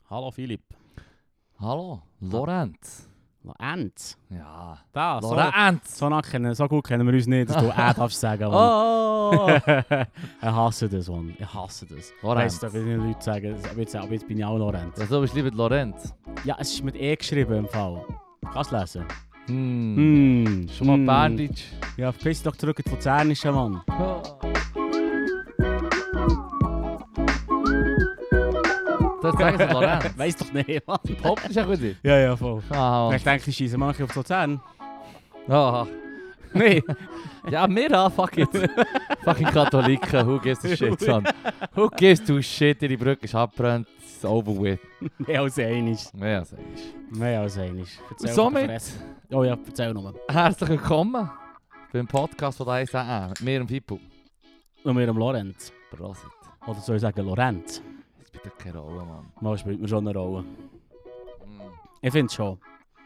Hallo Philipp. Hallo, Lorenz. Lorenz? Ja. Da, Lorenz. so gut kennen wir uns nicht, dass du darfst sagen. Mann. Oh. Ich hasse das, Mann. Ich hasse das. Lorenz. Weißt du, wenn die Leute sagen, aber jetzt bin ich auch Lorenz. Ja, so bist du lieber Lorenz. Ja, es ist mit E geschrieben im Fall. Kannst du lesen? Schon mal Berndeutsch. Ja, verpiss dich doch zurück in die Luzernische, Mann. Das sagen sie Lorenz. Weiss doch nicht, Mann. Pop ist ja gut. Ja, voll. Ah, Ich denke, ich schieße manche auf Luzern. ah. Nee. Ja, wir fuck it. Fucking Katholiken, who gives a shit, son. Who gives a shit, ihre Brücke ist abbrennt, it's over with. Mehr als einiges. Mehr als einiges. Mehr als einiges. Und somit, Oh ja, erzähl nochmal. herzlich willkommen beim Podcast von der 1 mit mir und Pippo. Und wir am Lorenz. Prosit. Oder soll ich sagen Lorenz? Das spielt ja keine Rolle, Mann. Mal spielt mir schon eine Rolle. Ich finde schon.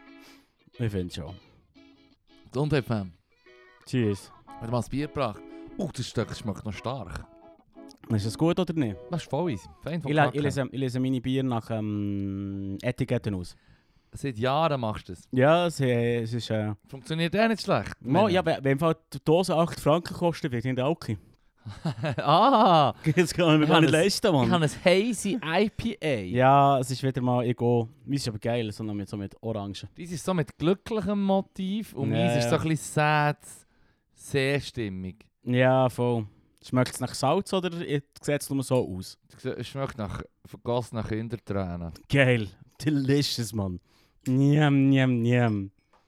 Gesundheit, Fam. Cheers. Hat mal ein Bier gebracht. Das Stück schmeckt noch stark. Ist das gut oder nicht? Das ist voll easy. Fein von Ich Kacke. lese meine Bier nach Etiketten aus. Seit Jahren machst du das. Ja, es ist... Funktioniert eh nicht schlecht. Ja, wenn die Dose 8 Franken kostet, wird in der Alki. Ah! Das kann man gar nicht leisten, Ich Mann. habe ein Hazy IPA. Ja, es ist wieder mal... Meins ist aber geil, sondern so mit Orangen. Dies ist so mit glücklichem Motiv und Ja, meins ist so ja. ein bisschen sad, sehr stimmig. Ja, voll. Schmeckt es nach Salz oder sieht es nur so aus? Es schmeckt nach vergossenen Kindertränen. Geil. Delicious, Mann. Niam, niam, niam.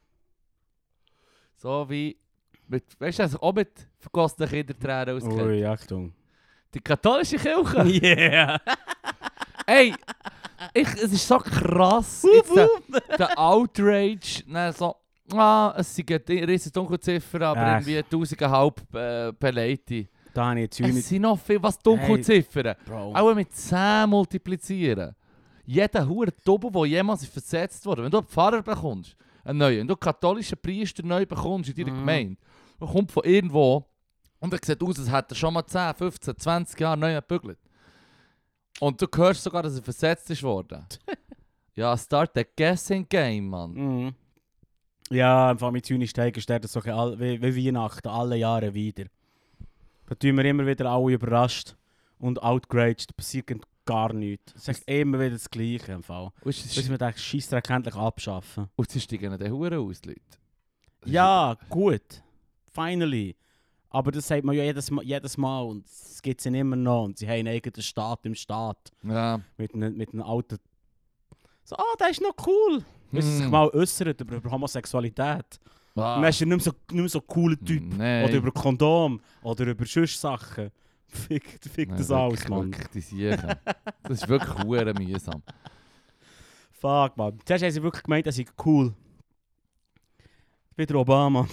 So wie... Weißt du, dass ich auch mit vergossenen Kindertränen auskennt? Ui, Achtung. Die katholische Kirche. Yeah! Ey, es ist so krass, jetzt der Outrage, ne, so, es sind riesige Dunkelziffern, aber Ach. irgendwie 1000,5 Beleite. Da habe ich jetzt Es sind noch viel, was Dunkelziffern, Bro. auch mit 10 multiplizieren. Jeder hure Double, der jemals ist versetzt wurde, wenn du einen Pfarrer bekommst, einen neuen, wenn du einen katholischen Priester neu bekommst in deiner Gemeinde, der kommt von irgendwo und er sieht aus, als hätte er schon mal 10, 15, 20 Jahre neu gebügelt. Und du hörst sogar, dass er versetzt ist worden. Ja, start the guessing game, Mann. Mhm. Ja, im Fall mit Zynischsteigen steht das so wie Weihnachten, alle Jahre wieder. Da tun wir immer wieder alle überrascht und outgraged, da passiert gar nichts. Es ist immer wieder das Gleiche im Fall. Bis wir den Scheissdreck endlich abschaffen. Und sie steigen den Huren aus, die Leute. Ja, gut. Finally. Aber das sagt man ja jedes Mal und es gibt es immer noch. Und sie haben einen eigenen Staat im Staat. Ja. Mit einem alten... So, das ist noch cool. Bis sie sich mal äußern über Homosexualität. Ah. Dann ist er nicht mehr so cooler Typ. Nee. Oder über Kondom. Oder über Schuss-Sachen. Fick das alles, Mann. Wirklich, die Siechen. Das ist wirklich hure mühsam. Fuck, Mann. Zuerst haben sie wirklich gemeint, dass ich cool. Ich bin der Obama.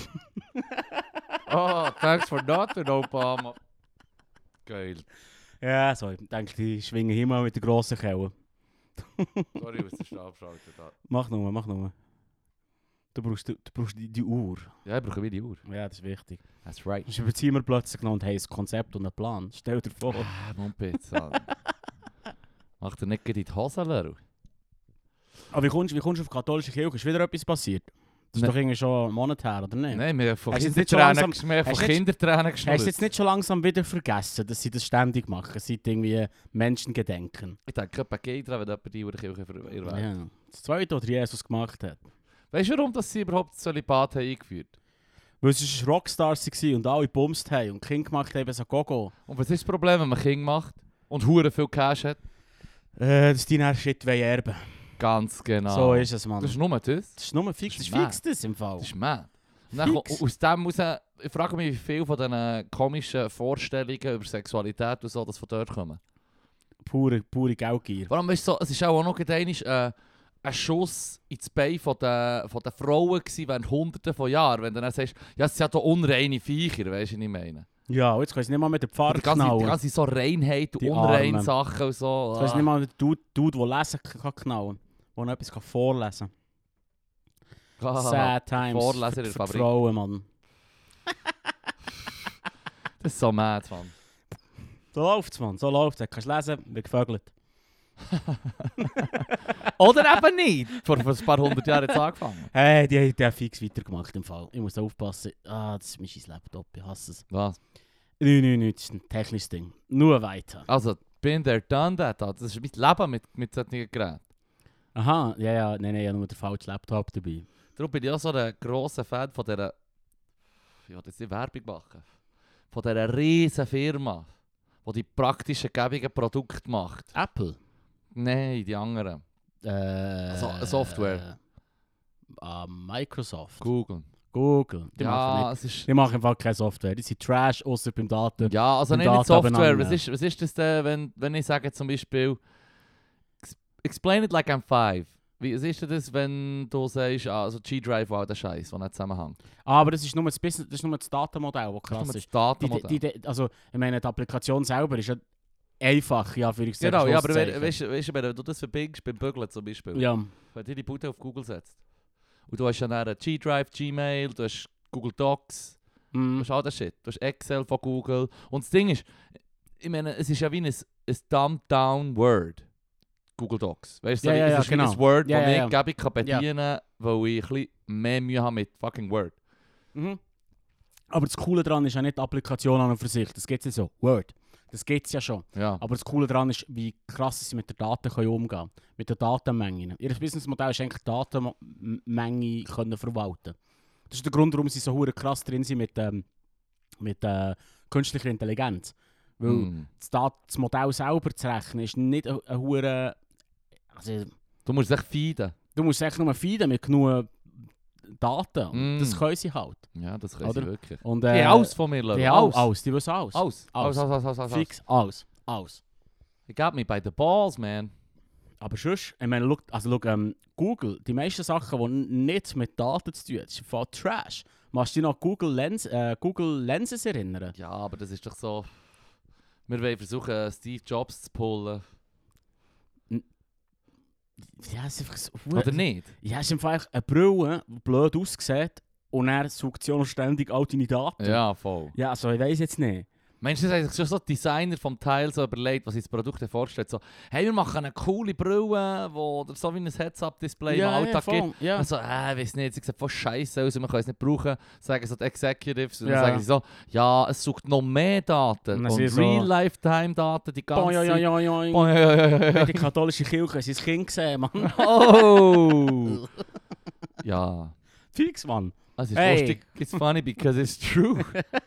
Oh, thanks for nothing, Obama. Geil. Ja, so. Ich denke, die schwingen hier mal mit der grossen Kelle. Sorry, ich muss den Stab schalten. Da. Mach nur. Du brauchst die Uhr. Ja, ich brauche wie die Uhr. Ja, das ist wichtig. That's right. Sonst überziehen wir plötzlich genau und haben ein Konzept und einen Plan. Stell dir vor. Mumpitz, mach dir nicht in die Hose, Leru. Aber wie kommst du auf die katholische Kirche? Ist wieder etwas passiert? Das ist doch irgendwie schon einen Monat her, oder nicht? Nein, wir haben von Hast du jetzt nicht Kindertränen schon langsam- hast du Kindertränen Hast geschnurrt. du jetzt nicht schon langsam wieder vergessen, dass sie das ständig machen, seit irgendwie Menschen gedenken? Ich denke, etwa geht dran, wenn jemand die Kirche erwähnt. Ja. Das Zweite, was Jesus gemacht hat. Weißt du, warum dass sie überhaupt das Zölibat haben eingeführt? Weil sie Rockstars waren und alle gebumst haben und Kinder gemacht haben, so Gogo. Und was ist das Problem, wenn man Kinder macht und hure viel Cash hat? Dass die nachher Shit erben. Ganz genau. So ist es, Mann. Das ist nur das. Das ist nur fix, Das das ist ist fix das im Fall. Das ist mad. Und dann Fix. aus dem raus, ich frage mich, wie viele von diesen komischen Vorstellungen über Sexualität und so, das von dort kommen. Pure Geldgier. Vor allem ist so, es ist auch noch ein Schuss ins Bein von den Frauen gewesen während Hunderten von Jahren. Wenn du dann sagst, ja, es sind ja da unreine Viecher, weißt du, was ich meine? Ja, und jetzt können sie nicht mal mit dem Pfarrer Die knallen. ganze so Reinheit und Die unreine Armen. Sachen und so. Jetzt können sie nicht mal mit dem Dude, der lesen kann, knallen. Der noch etwas vorlesen kann. Sad times. Vorleser in der für Fabrik. Frauen, Mann. Das ist so mad, Mann. So läuft's, Mann. So läuft's. Du kannst lesen, wird gevögelt. Oder eben nicht. Vor ein paar 100 Jahren hat es angefangen. Hey, die haben fix weitergemacht im Fall. Ich muss aufpassen. Ah, das ist mein Laptop, ich hasse es. Was? Nein, das ist ein technisches Ding. Nur weiter. Also, bin there, done that. Das ist mein Leben mit solchen Geräten. Aha, nein, ich habe nur den falschen Laptop dabei. Darum bin ich auch so ein grosser Fan von dieser... Ich will jetzt nicht Werbung machen. Von dieser riesen Firma, die die praktischen, gäbigen Produkte macht. Apple? Nein, die anderen. Software. Microsoft. Google. Die machen Ja, nicht. es ist... Die machen einfach keine Software. Die sind Trash, außer beim Daten. Ja, also beim nicht Daten Software. beieinander. Was ist das denn, wenn ich sage zum Beispiel... Explain it like I'm 5. Wie ist das, wenn du sagst, also G-Drive war der Scheiß, der nicht zusammenhängt? Aber das ist nur das Business, das ist nur das Datenmodell, das Das krass ist ist. das Datenmodell. Also, ich meine, die Applikation selber ist ja einfach, ja, für Genau, ja, aber weißt du, wenn du das verbindest beim Bügeln zum Beispiel, Ja. wenn du die Bude auf Google setzt und du hast ja dann G-Drive, Gmail, du hast Google Docs, du hast all das Shit, du hast Excel von Google und das Ding ist, ich meine, es ist ja wie ein dumbed-down Word, Google Docs. Weißt du, Ja, es ist wie ein Word, Ja, das ja, ich gäbig kann bedienen, weil ich ein bisschen mehr Mühe habe mit fucking Word. Mhm. Aber das Coole daran ist ja nicht die Applikation an und für sich. Das geht ja so. Word. Das geht es ja schon. Ja. Aber das Coole daran ist, wie krass sie mit der Daten können umgehen können. Mit den Datenmengen. Ihr Businessmodell ist eigentlich die Datenmenge können verwalten. Das ist der Grund, warum sie so hure krass drin sind mit künstlicher Intelligenz. Weil das Modell selber zu rechnen ist nicht eine hure... Also, Du musst es echt feeden. du musst es echt nur feeden mit genug Daten. Und das können sie halt. Ja, das können Oder? sie wirklich. Und, Die alles von mir, die alles. alles. Die wissen alles. Alles. Fix alles. Alles. You got me by the balls, man. Aber sonst, ich meine, schau, Google, die meisten Sachen, die nicht mit Daten zu tun haben, das ist voll Trash. Machst du dich noch an Google Lenses erinnern? Ja, aber das ist doch so... Wir wollen versuchen, Steve Jobs zu pullen. Ja, es ist einfach so... Oder nicht? Ja, es ist einfach eine Brille, die blöd aussieht und er sucht sie auch noch ständig all deine Daten. Ja, voll. Ja, also ich weiss jetzt nicht. Meinst du, das haben sich schon so die Designer vom Teil so überlegt, was sich das Produkt vorstellt? So, hey, wir machen eine coole Brille, wo so wie ein Heads-Up-Display im Alltag gibt. Ja. Also, ich weiß nicht, sie sieht voll scheiße aus, wir können es nicht brauchen, sagen so die Executives. Und Ja. dann sagen sie so, ja, es sucht noch mehr Daten. Und Und dann sind so- Real-Lifetime-Daten, die ganze Zeit. Ja. Die katholische Kirche haben sein Kind gesehen, Mann. Oh! Ja. Fix, Mann. Es ist Hey. lustig, it's funny because it's true.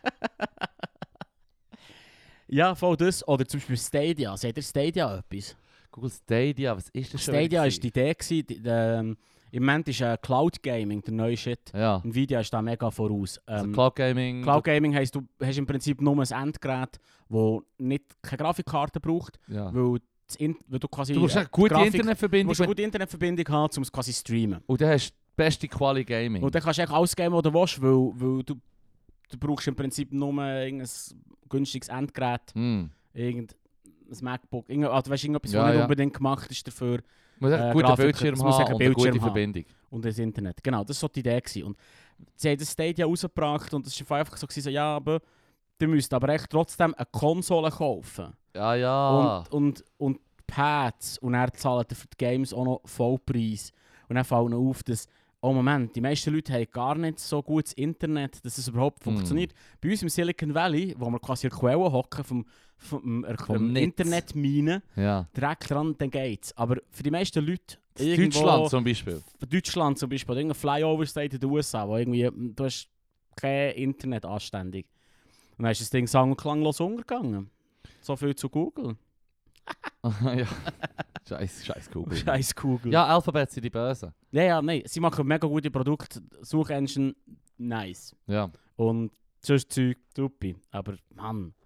Ja, voll das. Oder zum Beispiel Stadia. Seht ihr Stadia etwas? Google Stadia, was ist das schon? Stadia wieder war die Idee, im Moment ist Cloud Gaming der neue Shit. Ja, Nvidia ist da mega voraus. also Cloud Gaming. Cloud Gaming heisst, du hast im Prinzip nur ein Endgerät, das keine Grafikkarte braucht, Ja. weil du quasi Du musst eine die gute du Internetverbindung musst eine gute Internetverbindung haben, um es quasi zu streamen. und dann hast du die beste Quali Gaming. Und dann kannst du eigentlich alles geben, was du willst, weil du brauchst im Prinzip nur irgendein günstiges Endgerät, irgendein MacBook, also weißt, irgendetwas, Ja, was nicht ja. unbedingt gemacht ist dafür Du musst einen guten Grafik- Bildschirm es muss haben einen und eine gute Bildschirm haben. Verbindung. und das Internet. Genau, das war so die Idee gewesen. Und sie haben das Stadia rausgebracht und es war einfach so, gewesen, so ja, aber du müsst aber echt trotzdem eine Konsole kaufen. Ja, ja. Und Pads und dann zahlen für die Games auch noch Vollpreis. Und dann fällt ihnen auf, dass, oh Moment, die meisten Leute haben gar nicht so gutes Internet, dass es überhaupt funktioniert. Bei uns im Silicon Valley, wo wir quasi in der Quelle hocken, vom Netz. Internetmine, Ja. direkt dran, dann geht's. Aber für die meisten Leute, Deutschland zum Beispiel. Deutschland zum Beispiel, oder irgendein Flyover-State in den USA, wo irgendwie, du hast kein Internet anständig. Und dann ist das Ding sang- und klanglos untergegangen. So viel zu Google. Ja. Scheiß Google. Scheiß Google. Ja, Alphabet sind die Bösen. Ja, nein, sie machen mega gute Produkte, Suchengine, nice. Ja. Und sonst Zeug, supi. Aber Mann,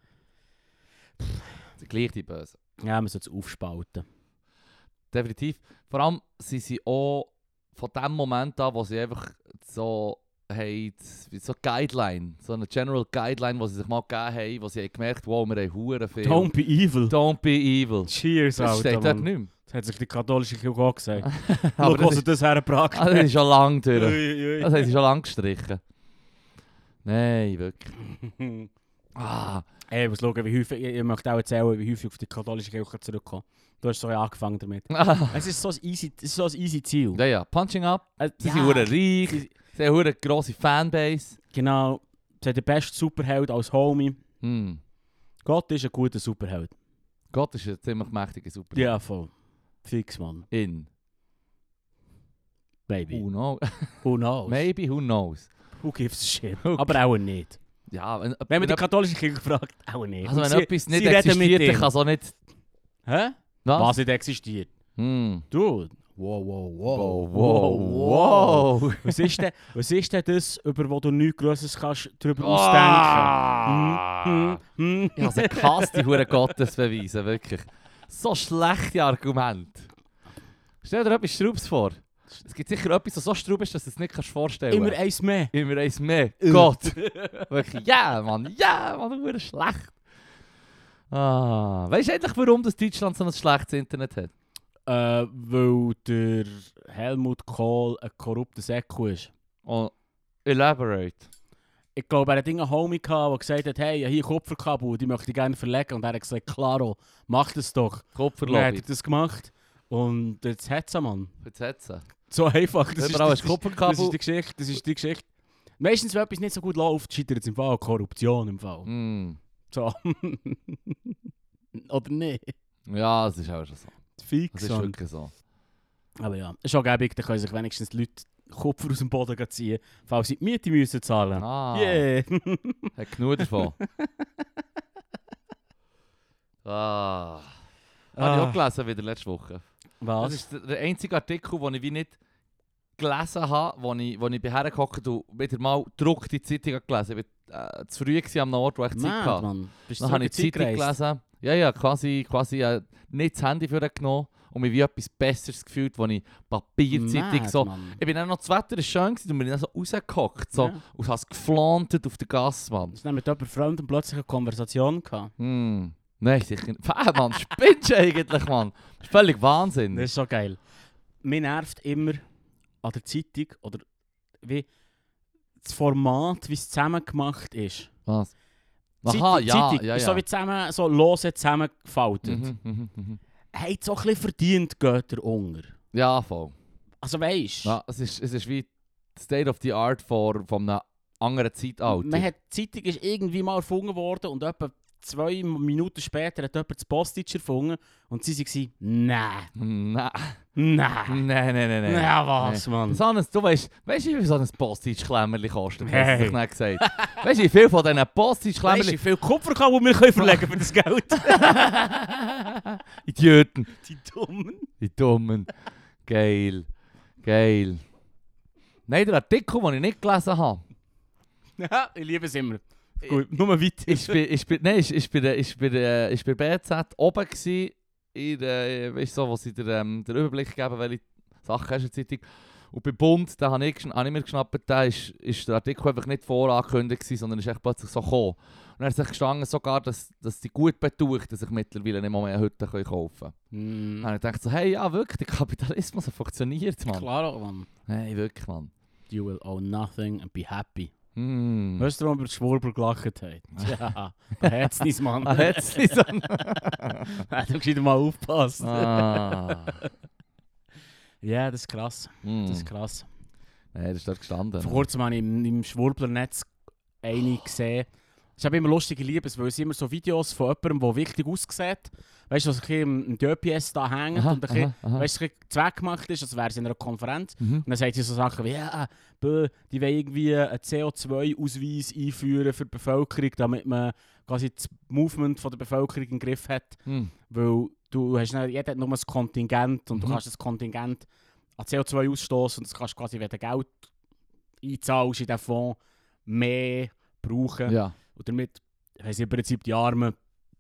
Die gleich die Bösen. ja, man sollte es aufspalten. Definitiv. Vor allem sind sie auch von dem Moment an, wo sie einfach so haben, wie so Guideline, so eine General Guideline, die sie sich mal gegeben haben, wo sie haben gemerkt, wow, wir haben hure viel. Don't be evil. Don't be evil. Cheers, Das steht Alter, dort Mann. nicht mehr. Das hat sich die katholische Kirche auch gesagt. Aber Schau, das was ist, das hergebracht das ist schon lang durch. Ui, Das haben sie schon lang gestrichen. Nein, wirklich. Ah, Ey, ich muss schauen, wie häufig, ich möchte auch erzählen, wie häufig auf die katholische Kirche zurückkommen. Du hast so angefangen damit. Es ist so ein easy Ziel. Ja, Punching Up. Sie Ja, sind verdammt reich. sie- Sie haben eine grosse Fanbase. Genau, sie hat den besten Superheld als Homie. Hm. Gott ist ein guter Superheld. Gott ist ein ziemlich mächtiger Super. Ja, voll. Fix, Mann. Baby. Who knows? Who knows? Maybe, who knows? Who gives a shit? Okay. Aber auch nicht. Ja, Wenn man die katholische Kirche fragt, auch nicht. also wenn Sie- etwas nicht sie reden mit existiert, dann ihm. kann es auch nicht... Hä? Was? Was nicht existiert? Hm. Du. Wow. Wow. Was ist denn das, über das du nichts Grosses kannst darüber Ah. ausdenken? Ich habe gehasst, die Hure Gottesbeweise, wirklich. So schlechte Argumente. Stell dir etwas Straubs vor. Es gibt sicher etwas, das so straub ist, dass du es nicht vorstellen kannst. Immer eins mehr. Immer eins mehr. Gott. Wirklich, ja, Mann, hure schlecht. Weißt du eigentlich, warum das Deutschland so ein schlechtes Internet hat? Weil der Helmut Kohl ein korrupter Säcko ist. Oh, elaborate. Ich glaube, er hat einen Homie gehabt, der gesagt hat, hey, hier Kupferkabel, die möchte ich gerne verlegen. Und er hat gesagt, klaro, mach das doch. Und dann hat Kupferlobby. er das gemacht. Und jetzt hat es Mann. Jetzt hat sie. So einfach. Überall ist das Kupferkabel. ist die Geschichte. Das ist die Geschichte. Meistens, wenn etwas nicht so gut läuft, scheitert es im Fall an Korruption im Fall. Mm. So. Oder nicht? Ja, es ist auch schon so. Fix. Es ist Mann. wirklich so. Aber ja, ist auch gäbig, da können sich wenigstens die Leute Kupfer aus dem Boden ziehen, falls sie die Miete müssen zahlen. Ah, Yeah. hat genug davon. Habe ich auch gelesen wieder letzte Woche. Was? Das ist der einzige Artikel, den ich wie nicht gelesen habe, wo ich hergehockt und wieder mal gedruckte Zeitung habe gelesen. Ich war zu früh am Ort, wo ich Zeit Mad, hatte. Mann. Bist du Dann habe ich die Zeitung gelesen. Ja, quasi nicht das Handy für genommen und mich wie etwas Besseres gefühlt, als ich Papierzeitung Mad, so... Mann. Ich bin dann noch, das Wetter war schön gewesen, und bin dann so rausgehockt so, Ja. und habe es geflauntet auf der Gasse, Mann. Hast du dann mit jemandem Fremdem plötzlich eine Konversation gehabt? Nein, sicher nicht. Mann, spinnst du eigentlich, Mann? Das ist völlig Wahnsinn. Das ist so geil. Mir nervt immer an der Zeitung, oder wie das Format, wie es zusammen gemacht ist. Was? Die Aha, ja, Zeitung ja, ist ja. so wie zusammen, so lose zusammengefaltet. Hat so ein bisschen verdient, geht er unter. Ja, voll. Also weisst Ja, es ist wie State of the Art von einem anderen Zeitalter. die Zeitung ist irgendwie mal erfunden worden und etwa 2 Minuten später hat jemand das Postage erfunden und sie waren, nein, Nein. ja was, Mann. So ein, du weißt, wie viel so ein Postage-Klemmerli kostet? Hey. Hast du nicht gesagt? Weißt du, wie viel von diesen Weißt du, Postage-Klemmerli... wie viel Kupferkabel wir können verlegen für das Geld? Idioten. Die Dummen. Die Dummen. Geil. Nein, der Artikel, den ich nicht gelesen habe, Ja, ich liebe es immer. Gut, nur weiter. ich bin bei BZ oben gsi, weißt du, wo sie den Überblick geben, welche Sachen hast du in der Zeitung. Und bei Bund, da habe ich mir geschnappt, da ist der Artikel einfach nicht vorangekündigt gewesen, sondern ist echt plötzlich so gekommen. Und dann hat sich gestanden sogar, dass die gut betuchten sich mittlerweile nicht mehr Hütten kaufen können. Dann habe ich gedacht so, hey, ja wirklich, der Kapitalismus funktioniert, Mann. Klar, Mann. Hey, wirklich, Mann. You will own nothing and be happy. Mm. Weißt du, warum über die Schwurbel gelacht hat? Ja, da hat's nicht, Mann. Ah, hat's nicht so. Du musst wieder mal aufpassen. Ah. Ja, das ist krass. Mm. Das ist krass. Nein, das ist dort gestanden. Vor kurzem habe ich im Schwurblernetz eine gesehen. Ich habe immer lustige Liebes, weil es immer so Videos von jemandem, der wichtig aussieht. Weißt du, was ein bisschen im DPS da hängt und ein bisschen, weißt du, ein bisschen zweckgemacht ist, als wäre es in einer Konferenz. Und dann sagt sie so Sachen wie, ja, die wollen irgendwie einen CO2-Ausweis einführen für die Bevölkerung, damit man quasi das Movement von der Bevölkerung im Griff hat. Weil du hast nicht, jeder hat nur ein Kontingent und du kannst das Kontingent an CO2 ausstoßen und das kannst du quasi, wenn du Geld einzahlst in diesen Fonds, mehr brauchen. Ja. Und damit haben sie im Prinzip die Armen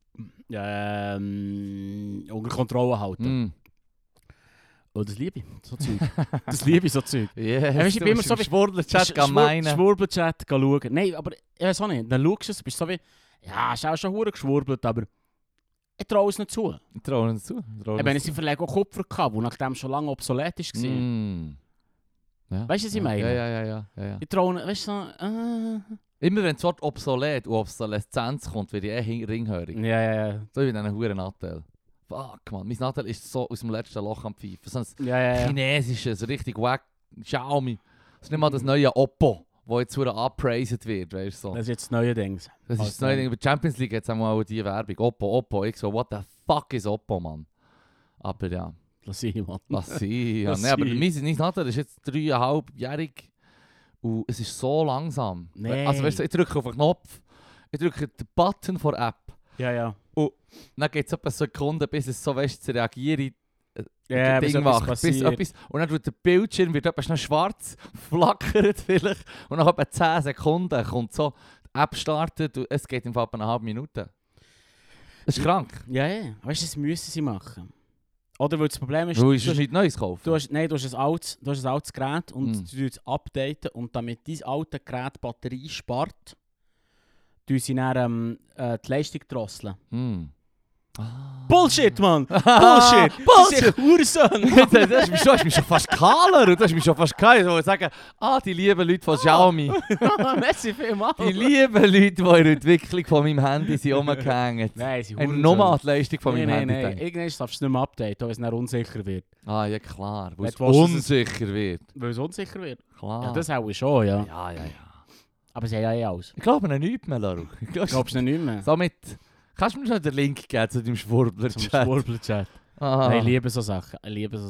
unter Kontrolle halten. Mm. Und das liebe ich, so Zeug. Das liebe ich, so Zeug. Yes, weißt du, ich bin immer so wie- Schwurbler-Chat meinen. Schwurbelchat schauen. Nein, aber ich weiß auch nicht. Dann schaust du es, bist so wie, ja, ist auch schon verdammt geschwurbelt, aber ich traue es nicht zu. Ich traue uns zu. Ich meine, sie verlegen auch Kupferkabel, nachdem es schon lange obsolet war. Mm. Ja. Weißt du, was ich meine? Ja. Ich traue, weißt du, so, Immer wenn das Wort obsolet und Obsoleszenz kommt, werde ich ringhörig. Ja. So wie in einem huren Nattel. Fuck, man. Mein Nattel ist so aus dem letzten Loch am Pfeifen. So ein Ja. chinesisches, so richtig wack Xiaomi. Das ist nicht mal das neue Oppo, das jetzt wieder abpraised wird, weißt du so. Das ist jetzt das neue Ding. Das ist das neue Ding. Bei der Champions League jetzt auch die Werbung. Oppo. Ich so, what the fuck is Oppo, Mann? Aber ja, Lass ihn, Mann. lass sie. Ja, Lass nee, aber sie. mein Nattel ist jetzt 3,5-jährig und es ist so langsam. Nee. Also weißt du, ich drücke auf den Knopf, ich drücke den Button von der App. Ja. Dann geht es etwa Sekunden, bis es so weißt, zu reagieren. Ja, bis Ding etwas macht. Bis passiert. etwas, und dann wird der Bildschirm wird etwa schnell schwarz, flackert vielleicht. Und nach etwa 10 Sekunden kommt so, die App startet und es geht im Fall etwa eine halbe Minute. Das ist krank. Ja. Weißt du, das müssen sie machen. Oder weil das Problem ist, Du hast nichts Neues kaufen. du hast ein altes Gerät und Mm. du es updaten und damit dein altes Gerät Batterie spart, tun sie dann die Leistung drosseln. Hm. Bullshit, Mann! Bullshit! Bullshit! Hurensohn! Du hast mich schon fast kahler und du hast mich schon fast geil. Ich wollte sagen, die lieben Leute von Xiaomi. Merci vielmals! Die lieben Leute, die in der Entwicklung von meinem Handy sind rumgehängt. Nein, sie Haben nochmal die Leistung von meinem Handy Nein. gedacht. Irgendwann darfst du es nicht mehr updaten, weil es dann unsicher wird. Ja klar. Weil es Jetzt willst du, dass es- unsicher wird. Weil es unsicher wird? Klar. Ja, das auch schon, ja. Ja. Aber sie haben ja eh alles. Ich glaube an nichts mehr, Laru. Glaubst du nicht mehr? Somit, kannst du mir noch den Link geben zu deinem Zum Schwurbler-Chat? Schwurbler-Chat. Aha. Nein, ich liebe so Sachen.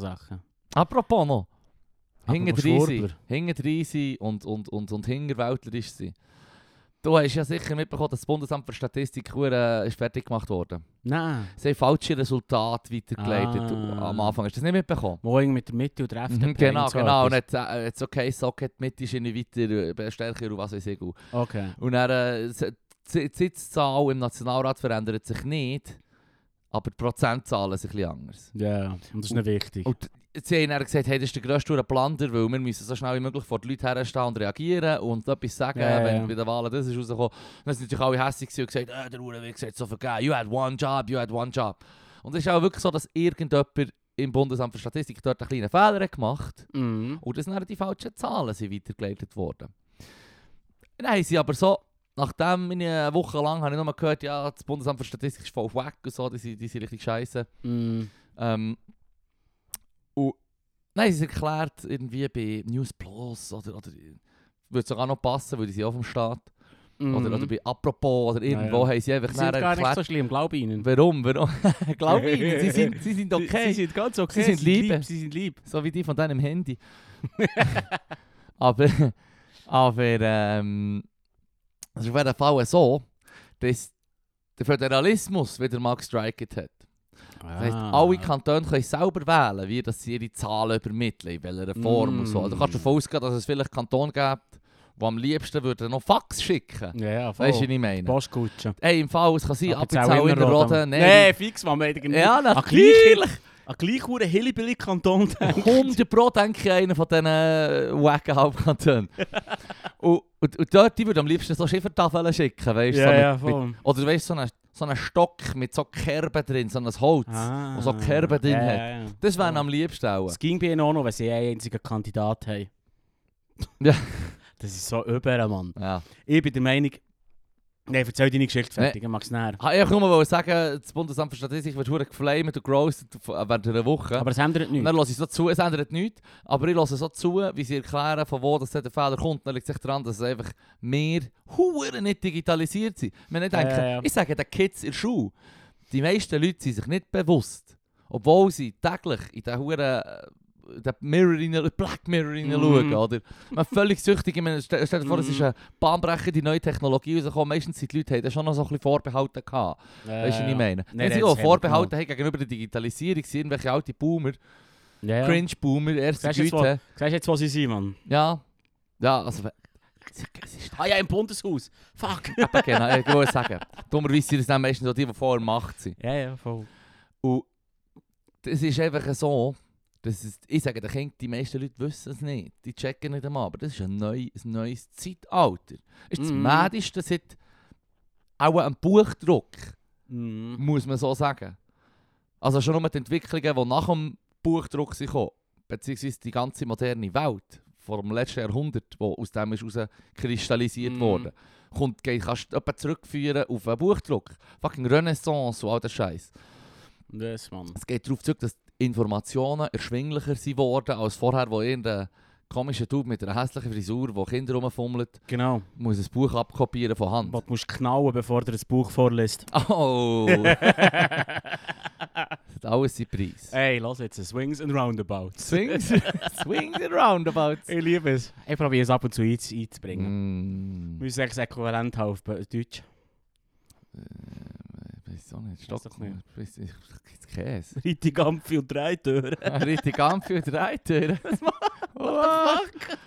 Apropos noch. Apropos Hinten Schwurbler. rein und Hinterwäldler ist sie. Du hast ja sicher mitbekommen, dass das Bundesamt für Statistik ist fertig gemacht wurde. Nein. Sie haben falsche Resultate weitergeleitet. Am Anfang hast du das nicht mitbekommen? Morgen mit der Mitte und der FDP. Genau. und so Und etwas. jetzt okay, Socket, die Mitte ist nicht weiter stärker und was weiß ich. Okay. Und dann, die Sitzzahl im Nationalrat verändert sich nicht, aber die Prozentzahlen sind ein bisschen anders. Ja, und das ist nicht wichtig. Und sie haben dann gesagt, hey, das ist der grösste Plunder, weil wir müssen so schnell wie möglich vor die Leute herstehen und reagieren und etwas sagen, Ja. wenn bei den Wahlen das ist rausgekommen. Dann sind natürlich alle hässlich gewesen und gesagt, der Uhrenweg hat so vergeben, you had one job. Und es ist auch wirklich so, dass irgendjemand im Bundesamt für Statistik dort einen kleinen Fehler hat gemacht Mhm. und dass dann die falschen Zahlen sind weitergeleitet worden. Dann haben sie aber so, nachdem ich eine Woche lang habe ich nur gehört, ja, das Bundesamt für Statistik ist voll auf Weg und so, die sind richtig scheiße. Mhm. Und nein, sie erklärt irgendwie bei News Plus oder würde sogar noch passen, weil die sind auf dem Start. Oder bei Apropos oder irgendwo haben sie einfach Die sind dann gar nicht erklärt, so schlimm, glaub ihnen. warum. Glaub ihnen, sie sind okay. Sie sind ganz okay. Sie sind lieb. Sie sind lieb. So wie die von deinem Handy. aber es ist auf jeden Fall so, dass der Föderalismus wieder mal gestrikt hat. Das heisst, alle Kantone können selber wählen, wie dass sie ihre Zahlen übermitteln, in welcher Form und so. Also du kannst davon ausgehen, dass es vielleicht Kantone gibt, die am liebsten würden noch Fax schicken. Ja, voll. Weißt du, was ich meine? Postkutsche. Ey, im Fall, es kann sein, Aber Appenzell in der Roden. Nee, fix, man. Wir haben Ja, natürlich. natürlich. An gleich einen Hillybilly-Kanton denkt. 100% denke ich einen von diesen wacken Halbkantonen. und dort, die würde am liebsten so Schiffertafeln schicken, weißt du? So Ja, mit, voll. oder weißt du, so einen Stock mit so Kerben drin, so ein Holz, wo so Kerben drin hat. Ja. Das wäre am liebsten auch. Es ging bei ihnen auch noch, wenn sie einen einzigen Kandidat haben. Ja. Das ist so über, Mann. Ja. Ich bin der Meinung... Nein, erzähl deine Geschichte fertig, ich mag's näher. Ich wollte nur sagen, das Bundesamt für Statistik wird verdammt geflamed und gerostet während einer Woche. Aber es ändert Und nichts. dann höre ich so zu, es ändert nichts, aber ich höre so zu, wie sie erklären, von wo das der Fehler kommt. Dann liegt es sich daran, dass es einfach mehr Huren nicht digitalisiert sind. Wenn ich denke, Ja. ich sage den Kids in der Schule, die meisten Leute sind sich nicht bewusst, obwohl sie täglich in den Huren Black Mirror schauen, oder? Man ist völlig süchtig. Ich meine, stell dir vor, es ist eine bahnbrechende neue Technologie rausgekommen. Meistens sind die Leute haben schon noch so ein bisschen Vorbehalte gehabt. Weißt du, was ich meine? Wenn sie auch Vorbehalte haben gegenüber der Digitalisierung, sind irgendwelche alte Boomer, Ja. Cringe-Boomer, erste Siehst du Güte. Siehst du jetzt, wo sie sind, Mann? Ja, also... Es ist Ah ja, im Bundeshaus. Fuck. eben genau, ich wollte sagen. Dummerweise sind es dann meistens so die vorher Macht sind. Ja, voll. Und es ist einfach so, dass ich sage den Kindern, die meisten Leute wissen es nicht. Die checken nicht einmal, aber das ist ein neues Zeitalter. Es ist das Mädigste seit auch einem Buchdruck, muss man so sagen. Also schon nur die Entwicklungen, die nach dem Buchdruck sind gekommen, beziehungsweise die ganze moderne Welt vor dem letzten Jahrhundert, wo aus dem ist rauskristallisiert worden, kannst du etwa zurückführen auf einen Buchdruck. Fucking Renaissance und all der Scheiß. Das, Mann. Es geht darauf zurück, dass die Informationen erschwinglicher sind worden als vorher, wo irgendein komischer Typ mit einer hässlichen Frisur, der Kinder rumfummelt, Genau. muss ein Buch abkopieren von Hand. Was du musst knallen, bevor du das Buch vorliest. Oh! Das hat alles seinen Preis. Hey, lass jetzt, Swings and Roundabouts. Swings and Roundabouts. Ich liebe es. Ich probiere es ab und zu einzubringen. Wir müssen das Äquivalent haben auf Deutsch. Weiß auch nicht. Weiss doch nicht. Gibt's Käse? Richtig Amphi und 3 Türen. Richtig Amphi und 3 Türen. What the fuck?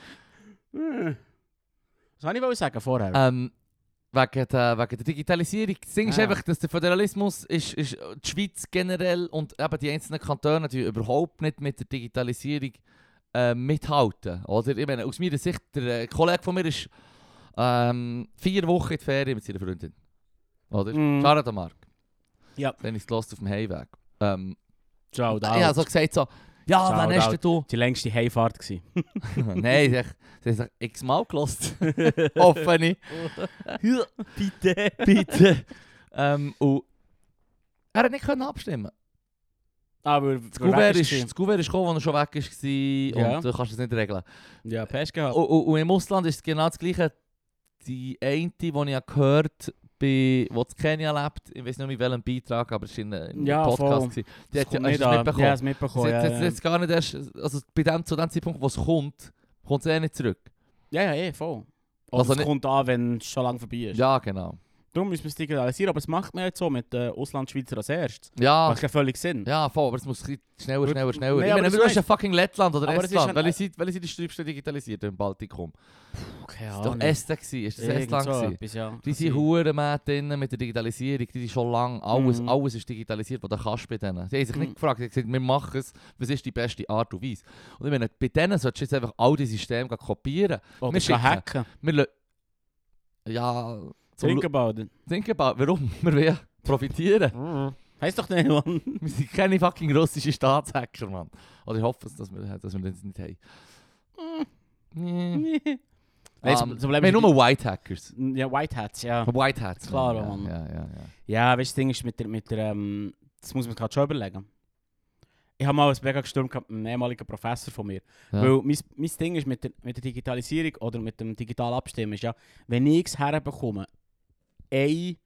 Was wollte ich sagen vorher? Wegen der Digitalisierung. Das Ding ist einfach, dass der Föderalismus ist die Schweiz generell und eben die einzelnen Kantone die überhaupt nicht mit der Digitalisierung mithalten. Oder? Ich meine, aus meiner Sicht, der Kollege von mir ist 4 Wochen in die Ferien mit seiner Freundin. Oder? Schade, Marc. Ja. Dann ist es auf dem Heimweg. Ciao, da. Ja, so gesagt so, ja, Ciao, wann hast denn du? Die längste Heimfahrt gewesen. Nein, sie hat x-mal gelost. Offene. Bitte. Bitte. Und er hat nicht abstimmen. Aber das Kuvert ist gekommen, als er schon weg war. Ja. Und du kannst es nicht regeln. Ja, Pech gehabt. Und im Ausland ist es genau das Gleiche. Die eine, die ich gehört habe, die in Kenia lebt, ich weiß nicht mit welchem Beitrag, aber es war in einem Podcast. Gewesen. Die hat es mitbekommen. Ja, es mitbekommen. Jetzt gar nicht erst, also zu dem Zeitpunkt, wo es kommt es eh nicht zurück. Ja, voll. Also es kommt an, wenn es schon lange vorbei ist. Ja, genau. Darum müssen wir es digitalisieren, aber es macht man jetzt so mit Auslandschweizer als erstes. Ja. Macht ja völlig Sinn. Ja, voll, aber es muss schneller. Nee, ich meine, du hast ja fucking Lettland oder aber Estland. Welche sind die Sträubsten digitalisiert im Baltikum? Okay, Das war doch Estland. Ist das Estland gewesen? Ja. Die sind Huren drin mit der Digitalisierung. Die sind schon lange. Alles ist digitalisiert, was du kannst bei denen. Die haben sich nicht gefragt, sie haben gesagt, wir machen es. Was ist die beste Art und Weise? Und ich meine, bei denen solltest du jetzt einfach all die Systeme kopieren. Oder wir hacken. Ja... Think about it. Warum? Wir wollen profitieren. Heißt doch nicht, Mann. Wir sind keine fucking russischen Staatshacker, Mann. Oder ich hoffe, dass wir das nicht haben. Wir haben nur White Hackers. Ja, White Hats, ja. White Hats. Klar, ja, Mann. Ja. Ja, weißt du, das Ding ist mit der das muss man gerade schon überlegen. Ich habe mal ein mega gestürmt mit einem ehemaligen Professor von mir. Ja. Weil mein Ding ist mit der Digitalisierung oder mit dem digital Abstimmen ist ja, wenn ich es herbekomme, einen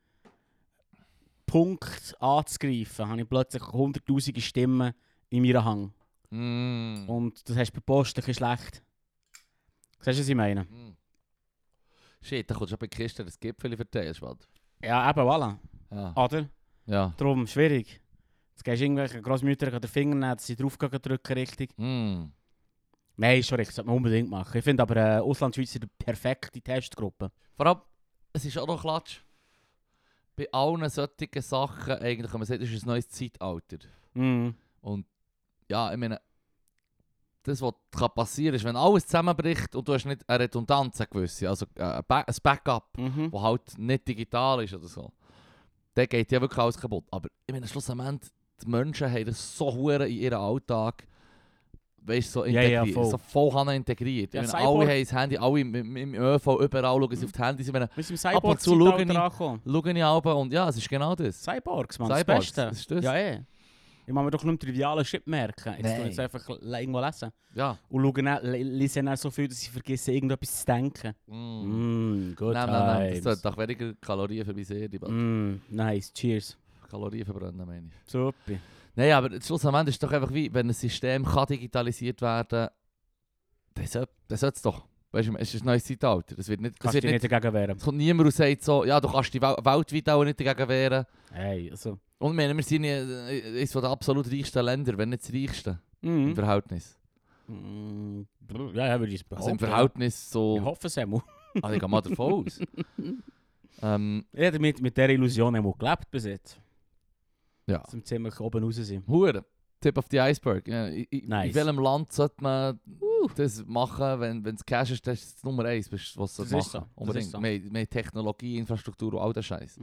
Punkt anzugreifen, habe ich plötzlich 100'000 Stimmen in meiner Hand. Und das hast du per Post ein bisschen schlecht. Siehst du, was ich meine? Shit, da kommst du schon bei Christen das Gipfel verteilst, was? Ja, eben, voilà. Ja. Oder? Ja. Darum, schwierig. Jetzt gehst du irgendwelche Grossmütter an den Finger nehmen, dass sie drauf drücken richtig. Nein, ist schon richtig, das sollte man unbedingt machen. Ich finde aber Auslandschweizer die perfekte Testgruppe. Vor allem, es ist auch noch Klatsch. Bei allen solchen Sachen, eigentlich, wenn man sagt, das ist ein neues Zeitalter. Und ja, ich meine, das, was passieren kann, ist, wenn alles zusammenbricht und du hast nicht eine Redundanz, eine gewisse, also ein Backup, das halt nicht digital ist oder so, dann geht ja wirklich alles kaputt. Aber ich meine, schlussendlich, die Menschen haben das so hure in ihren Alltag, weißt, so integriert, voll. so voll integriert. Ja, ich meine, alle haben das Handy, alle im ÖV, überall schauen sie auf die Handys. Ich meine, wir sind im ab und zu Cyborg-Zeitalter angekommen. schaue ich runter und ja, es ist genau das. Cyborgs, Mann, Cyborgs, das Beste. das ist das. Ja, ich muss mir doch nur einen trivialen Shit merken. Jetzt Nein. tue ich jetzt einfach irgendwo lesen. Ja. Und lesen dann so viel, dass ich vergesse, irgendetwas zu denken. Good Nein, das times. sollte doch weniger Kalorien für mich sehen. Nice, cheers. Kalorien verbrennen, meine ich. Super. Nein, aber schlussendlich ist es doch einfach wie, wenn ein System kann digitalisiert werden kann, dann sollte es doch. Weißt du, es ist ein neues Zeitalter. Das wird nicht, Kannst du dich nicht dagegen wehren. es kommt niemand und sagt so, ja, du kannst dich weltweit auch nicht dagegen wehren. Hey, also. Und wir sind ja eines der absolut reichsten Länder, wenn nicht das reichste, im Verhältnis. Ja, würde ich behaupten. Also im Verhältnis so... Ich hoffe es einmal. Also ich gehe mal davon aus. Ich habe mit dieser Illusion einmal gelebt bis jetzt. Ja. Dass wir ziemlich oben raus sind. Hure. Tip of the Iceberg. Ja, Nice. In welchem Land sollte man das machen, wenn es Cash ist, das ist das Nummer 1, was du Das machen ist so. Unbedingt. Das ist so. Mehr Technologie, Infrastruktur und all der Scheiß.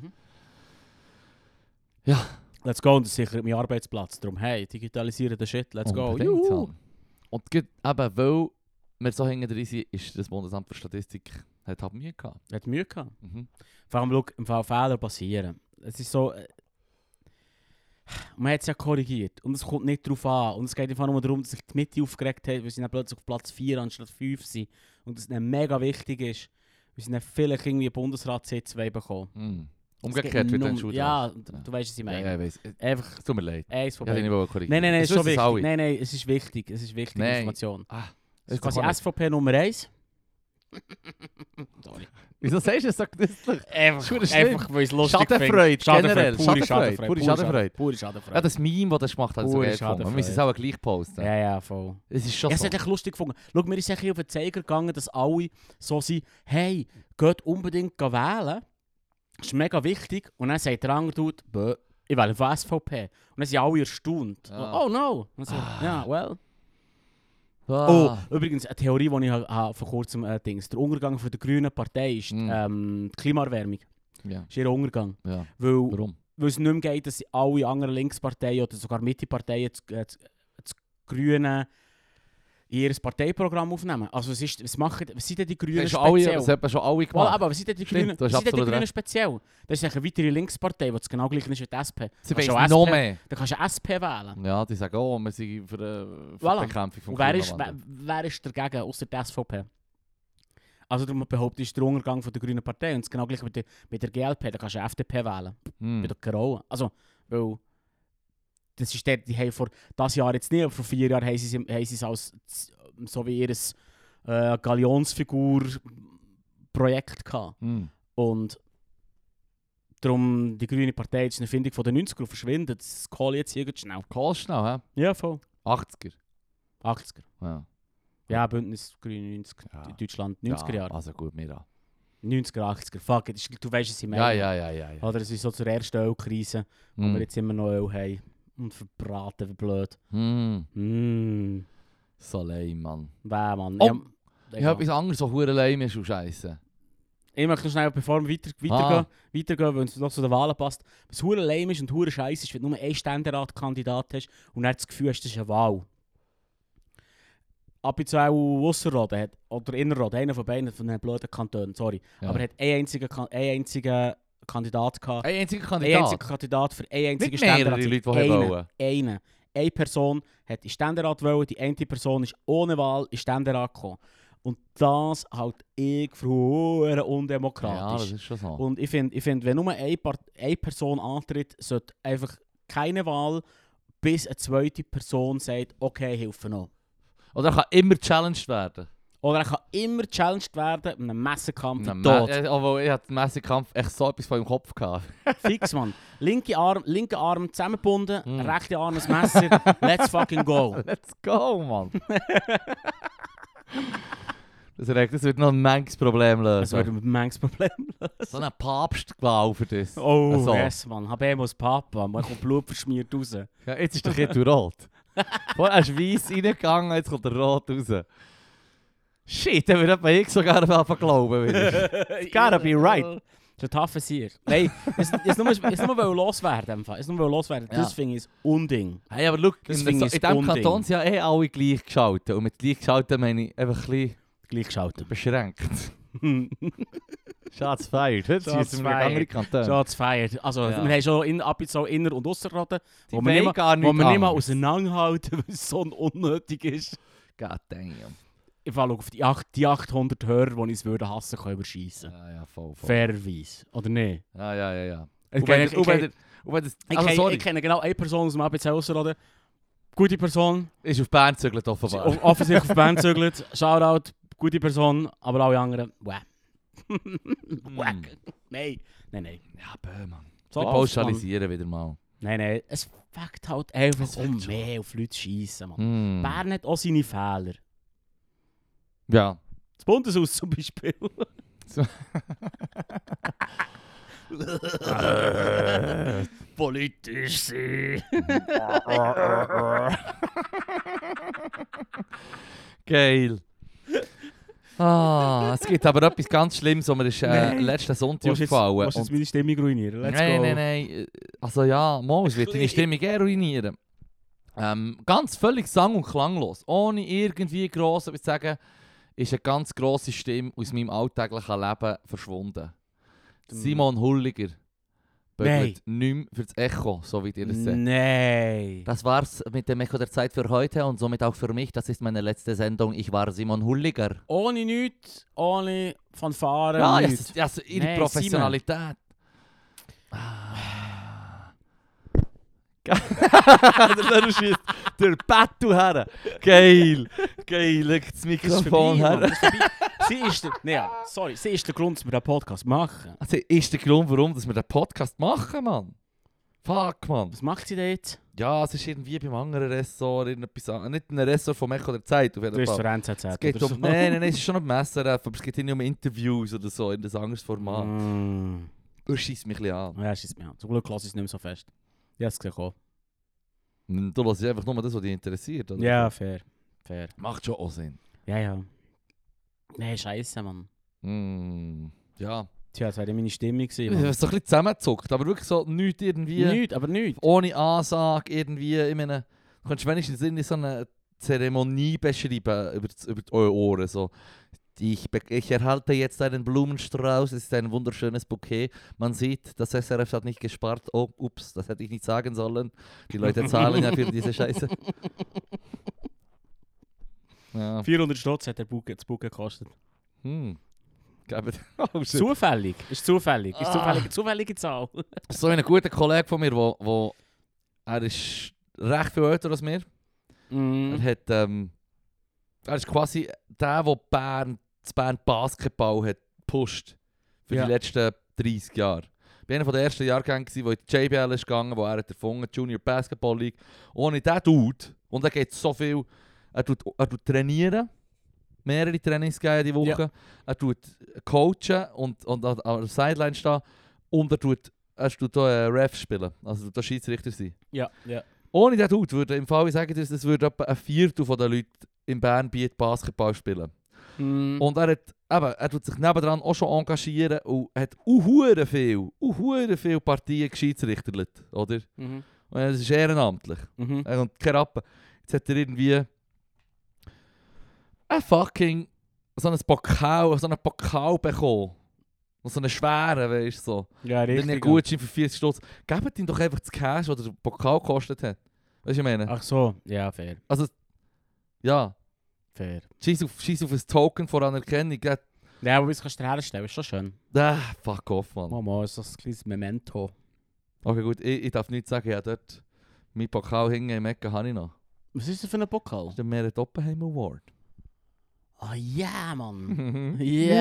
Let's go, und das sichert mein Arbeitsplatz. Darum, hey, digitalisieren den Shit, let's go. Unbedingt, Juhu. Mann. Und eben, weil wir so hinten drin sind, ist das Bundesamt für Statistik hat halt Mühe gehabt. Hat Mühe gehabt. Mhm. Vor allem, schau, im Fall Fehler passieren. Es ist so... man hat es ja korrigiert und es kommt nicht darauf an. Und es geht einfach nur darum, dass sich die Mitte aufgeregt hat, weil sie dann plötzlich auf Platz 4 anstatt 5 sind. Und es dann mega wichtig ist, weil sie dann vielleicht irgendwie Bundesrat C2 bekommen. Mhm. Umgekehrt wird dann schon. Ja, du weißt, was ich meine. Ja, ich weiss. Einfach Es tut mir leid. eins Ich vorbei. hätte nicht korrigieren. Nein, es ist schon wichtig. Alle. Nein, es ist wichtig. Es ist wichtige Nein. Information. Ah, Das ist doch quasi auch nicht. SVP Nummer 1. Sorry. Wieso sagst du das so genüsslich? Einfach, Schon schlimm. einfach weil ich es lustig Schadenfreude, generell. Pure Schadenfreude, pure Schadenfreude. Pure Schadenfreude. Ja, das Meme, das du gemacht hast, so Pure geil gefunden. Wir Schadenfreude. müssen es auch gleich posten. Ja, voll. Es ist schon Ja, es so. hat echt lustig gefunden. Schau, mir ist echt auf den Zeiger gegangen, dass alle so sind, hey, geht unbedingt wählen. Das ist mega wichtig. Und dann sagt der andere Dude, bäh, ich wähle für SVP. Und dann sind alle erstaunt. Ah. Oh no. Und so, ja, well. Ah. Oh, übrigens, eine Theorie, die ich vor kurzem Dings. Der Untergang von der Grünen Partei ist die Klimaerwärmung. Ja. Ist ihr Untergang. Ja. Weil Warum? es nicht mehr geht, dass alle anderen Linksparteien oder sogar Mitteparteien das Grüne in ihr Parteiprogramm aufnehmen. Also was sind denn die Grünen Das speziell? haben schon alle Well, gemacht. aber was sind denn die Stimmt, Grünen, du hast was sind denn die absolut Grünen recht. speziell? Das ist eine weitere Linkspartei, die das genau gleich ist wie die SP. Sie Kannst weiss du noch SP mehr. Dann kannst du SP wählen. Ja, die sagen, oh, wir sind für die Voilà. Bekämpfung vom Und wer Klimawandel. ist dagegen, außer der SVP? Also darum behauptet, ist der Untergang von der Grünen Partei. Und es genau gleich mit der GLP, da kannst du FDP wählen. Mit der Corona. Also, weil... Das ist der, die haben vor das Jahr jetzt nicht, aber vor 4 Jahren haben sie es als so wie ihr Galionsfigur-Projekt gehabt. Hm. Und darum die Grüne Partei ist eine Findung von den 90er und verschwindet. Das Kohl jetzt hier schnell. Kohl schnell, hä? Ja, voll. 80er. 80er. Ja. Ja, Bündnis Grüne 90 Ja. in Deutschland 90er Ja, Jahre. also gut, mir an. 90er, 80er. Fuck it, du weißt es, ich meine. Ja. Oder es ist so zur ersten Ölkrise, wo wir jetzt immer noch Öl haben. Und verbraten wie blöd. Hm. So lame, Mann. Weh, Mann. Oh, Ja, Ich habe etwas anderes, so hure lame ist und scheisse. Ich möchte noch schnell, bevor wir weitergehen, weil es noch zu den Wahlen passt. Was hure lame ist und hure scheiße ist, wenn du nur einen Ständerat-Kandidat hast und dann das Gefühl hast, das ist eine Wahl. Ab und zu auch Ausserrhoden hat, oder Innerrhoden, einer von beiden von den blöden Kantonen, sorry. Ja. Aber er hat einen einzigen Kandidat gehabt. Ein einziger Ein Kandidat. einziger Kandidat für einen einzigen Nicht mehrere Ständerat. Leute, die wollen. Eine. Eine Person hat in Ständerat wollen, die eine Person ist ohne Wahl in Ständerat gekommen. Und das halt ich für Ja, undemokratisch. das ist schon so. Und ich find, wenn nur eine Person antritt, sollte einfach keine Wahl, bis eine zweite Person sagt, okay, hilfe noch. Oder er kann immer challenged werden. Oder er kann immer challenged werden mit einem Messerkampf Na, in Tod. Obwohl, ich hatte im Messerkampf echt so etwas von im Kopf gehabt. Fix, Mann. Linke Arm zusammengebunden, Mm. rechte Arm ein Messer. Let's fucking go. Let's go, Mann. Das wird noch ein manches Problem Das lösen. wird ein manches Problem lösen. So ein Papstglau für das. Oh, Also. yes, Mann. Hab eben als Papa. Man kommt Blut verschmiert raus. Ja, jetzt ist der Kind rot. Vorher ist weiss reingegangen, jetzt kommt der rot raus. Shit, dann würde ich sogar anfangen glauben. It's gotta be right. So tough as hier. Nein, es nur loswerden. Es nur loswerden. Ja. Das finde ich ein Unding. Hey, aber schau, Das in finde ich diesem ein Kanton Unding. sind ja alle gleich geschaltet. Und mit gleich geschaltet meine ich einfach ein bisschen Gleichschalten. beschränkt. Schatz feiert. Heute Shots sind wir fired. andere Kantone. Schon zu feiern. Also, Ja. wir haben schon ab und zu Inner- und Ausserrhoden, Die wo wir nicht wollen gar wo wir nicht mal anderes. auseinanderhalten, weil es so unnötig ist. God damn. Ich falle auf die 800 Hörer, die ich es würde hassen, können überschießen. Ja, voll. Fairerweise. Oder nicht? Ja. Ich Und wenn kenne- das- also ich sorry, kenne genau eine Person aus dem ABC Ausserrhoden. Gute Person. ist auf Bern gezügelt offenbar. Offensichtlich auf Band zügelt. Shoutout. Gute Person. Aber alle anderen. Wäh. Wack. Nein. Ja, bäh, Mann. So Wir läuft's, pauschalisieren wieder mal. Nein. Es fängt halt einfach Es fängt schon. mehr auf Leute zu schiessen, Mann. Hm. Bern hat auch seine Fehler. Ja. Das Bundeshaus zum Beispiel. Politisch sein. Geil. Es gibt aber etwas ganz Schlimmes, was mir ist, Nein. letzten Sonntag Willst du aufgefallen jetzt ist. meine Stimmung ruinieren? Let's Nein, go. nein. Also ja, es wird deine Stimmung eher ruinieren. Ganz völlig sang- und klanglos. Ohne irgendwie gross etwas zu sagen. ist eine ganz grosse Stimme aus meinem alltäglichen Leben verschwunden. Mm. Simon Hulliger Nein. bügelt nicht mehr für das Echo, so wie ihr es seht. Nein. Das war's mit dem Echo der Zeit für heute und somit auch für mich. Das ist meine letzte Sendung. Ich war Simon Hulliger. Ohne nichts, ohne Fanfare, Ja, nichts. also ihre Nee, Professionalität. Der schießt der Battu her. Geil. Geil, legt das Das ist Mikrofon vorbei, Mann. her. Das ist vorbei. Sie ist der Grund, dass wir den Podcast machen. Das ist der Grund, warum wir den Podcast machen, Mann. Fuck, Mann. Was macht sie da jetzt? Ja, es ist irgendwie beim anderen Ressort, nicht ein Ressort vom Echo der Zeit, auf Du jeden bist Fall. für NZZ Es geht oder um, so. nein, es ist schon um SRF, aber es geht nicht um Interviews oder so, in ein anderes Format. Mm. Das schießt mich ein bisschen an. Ja, schießt mich an. Zum Glück lasse ich es nicht mehr so fest. Ja, es gesehen. Du lässt einfach nur das, was dich interessiert, oder? Ja, fair. Fair. Macht schon auch Sinn. Ja, ja. Nee, scheiße, Mann. Ja. Tja, das wäre meine Stimmung Ich gewesen. habe Mann. so ein bisschen zusammengezuckt, aber wirklich so nichts irgendwie... Nichts, aber nichts. Ohne Ansage irgendwie, ich meine, du kannst wenigstens in so eine Zeremonie beschreiben über eure Ohren. So. Ich erhalte jetzt einen Blumenstrauß, es ist ein wunderschönes Bouquet. Man sieht, das SRF hat nicht gespart. Oh, ups, das hätte ich nicht sagen sollen. Die Leute zahlen ja für diese Scheiße. Ja. 400 Stutz hat das Buch gekostet. Oh, shit. Zufällig. Ist zufällig. Ist Ah. zufällige Zahl. So ein guter Kollege von mir, er ist recht viel älter als mir. Mm. Er ist quasi der Bern Basketball hat gepusht für Ja. die letzten 30 Jahre. Ich war einer der ersten Jahrgänge, wo in die JBL ist gegangen, wo er hat erfunden, Junior Basketball League. Ohne diesen Dude, und er geht so viel, er tut trainieren, mehrere Trainings geben die Woche, Ja. er tut coachen und an der Sideline stehen und er tut auch Ref spielen, also da Schiedsrichter sein. Ja, ja. Ohne diesen Dude würde im Fall, ich sage dir, das würde etwa ein Viertel der Leute in Bern Basketball spielen. Mm. Und er tut sich nebendran auch schon engagieren und hat hure viel Partien geschiedsrichterlet, oder? Mhm. Und das ist ehrenamtlich. Mhm. Und keine Rappe. Jetzt hat er irgendwie so einen Pokal bekommen. Und so einen schweren, weißt du, so. Ja, Und dann richtig. einen Gutschein für 40 Stutz. Gebt ihm doch einfach das Cash, was der Pokal gekostet hat. Weißt du, was ich meine? Ach so, ja, fair. Also, ja. Fair. Scheiß auf ein Token vor Anerkennung. Ja, aber bis kannst du dir herstellen, ist schon schön. Fuck off, Mann. Mama, ist das ein kleines Memento. Okay, gut, ich darf nicht sagen, ja, dort mein Pokal hängen im Ecken habe ich noch. Was ist das für ein Pokal? Das ist der Merit Oppenheim Award. Ah ja, Mann.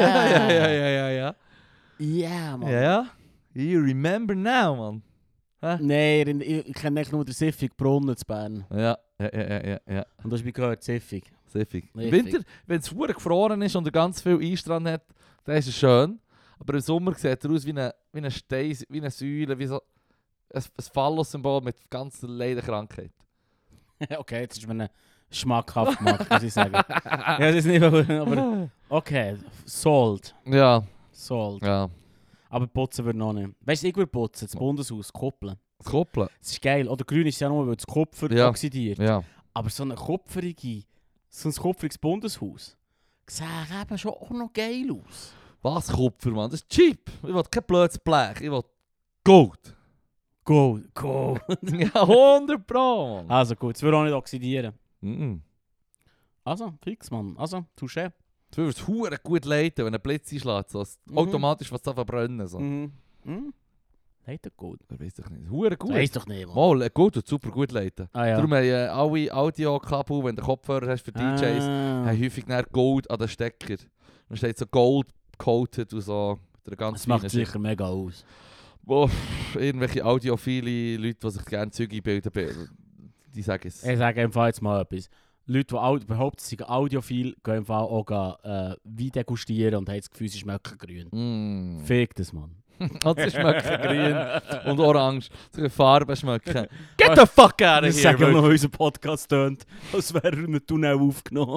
Ja, Ja, Mann. Ja. You remember now, Mann. Nein, ich kenne nicht nur den Siffig Brunnen zu Bern. Ja. Und du hast mich gehört, Siffig. Siffig. Im Richtig. Winter, wenn es verdammt gefroren ist und er ganz viel Einstrand hat, dann ist es schön. Aber im Sommer sieht er aus wie eine Stein, wie eine Säule, wie so ein Phallus-Symbol mit ganz leider Krankheit. Okay, jetzt ist mir eine schmackhaft gemacht, muss ich sagen. Ja, das ist nicht, aber okay, sold. Ja. Sold. Ja. Aber putzen wir noch nicht. Weißt du, ich würde putzen, das Bundeshaus, koppeln. Das Koppeln. Das ist geil. Oder grün ist ja nur, weil das Kupfer Ja. oxidiert. Ja. Aber so ein kupferiges Bundeshaus sieht eben schon auch noch geil aus. Was Kupfer, Mann? Das ist cheap. Ich will kein blödes Blech. Ich will Gold. Go. Ja, 100 Pro, Mann. Also gut, es wird auch nicht oxidieren. Mhm. Also, fix, Mann. Also, touché. Du würdest es verdammt gut leiten, wenn ein Blitz einschlägt. So. Automatisch was da verbrennen. So. Mhm. Leider gut. Ich weiß doch nicht. Verdammt gut. Weiss doch nicht, Mann. Mal, Gold tut super gut leiten. Ah ja. Darum haben alle Audio-Kabel, wenn du Kopfhörer hast für DJs, haben häufig dann Gold an den Stecker. Dann steht so Gold coated und so. Der ganz Das macht feine sicher mega aus. Wo irgendwelche audiophile Leute, die sich gerne Züge bilden, die sagen es. Ich sage einfach jetzt mal etwas. Leute, die behaupten, sie sind audiophil, gehen einfach auch Wein degustieren und haben das Gefühl, sie schmecken grün. Mm. Fick das, Mann. Und sie schmecken grün und orange. Sie Farben schmecken. Get the fuck out of Das here! sagen wir noch, wirklich. unser Podcast tönt, als wäre er in einem Tunnel aufgenommen.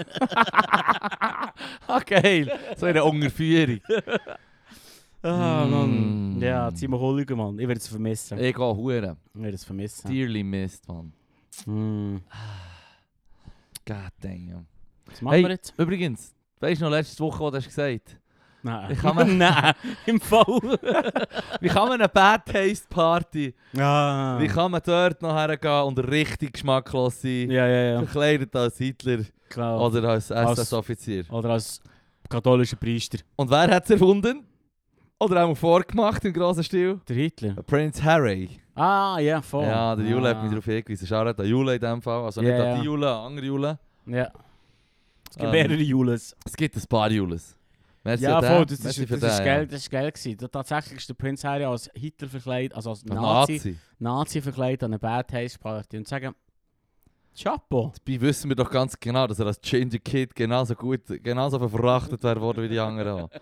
Ah, geil. So eine Unterführung. Ah, Mann. Mm. Ja, Simon Hulliger, Mann. Ich werde es vermissen. Ich gehe hure. Ich werde es vermissen. Dearly missed, man. Mm. God damn. Was machen wir jetzt? Übrigens, Weißt du noch, letzte Woche, wo du hast gesagt Nein. Wie kann man- Nein, im Fall. wie kann man eine Bad Taste Party, Ja. wie kann man dort noch hergehen und richtig geschmacklos sein, Ja. verkleidet als Hitler Klar. oder als Als- SS-Offizier. Oder als katholischer Priester. Und wer hat es erfunden? Oder auch vorgemacht im grossen Stil? Der Hitler. Prince Harry. Ah, ja, voll. Ja, der Jule hat mich darauf hingewiesen. Schau an Jule in dem Fall. Also nicht Ja, an die ja. Jule, an andere Jule. Ja. Es gibt Ähm, mehrere Jules. Es gibt ein paar Jules. Merci Ja, an den. voll, das Merci ist, für das ist den, geil, das ist geil gewesen. Tatsächlich ist der Prince Harry als Hitler verkleidet, also als ja. Ein Nazi, Nazi. Nazi verkleidet an einer Bad Taste Party und sagen, Chapeau. Dabei wissen wir doch ganz genau, dass er als Ginger Kid genauso verachtet wäre worden wie die anderen auch.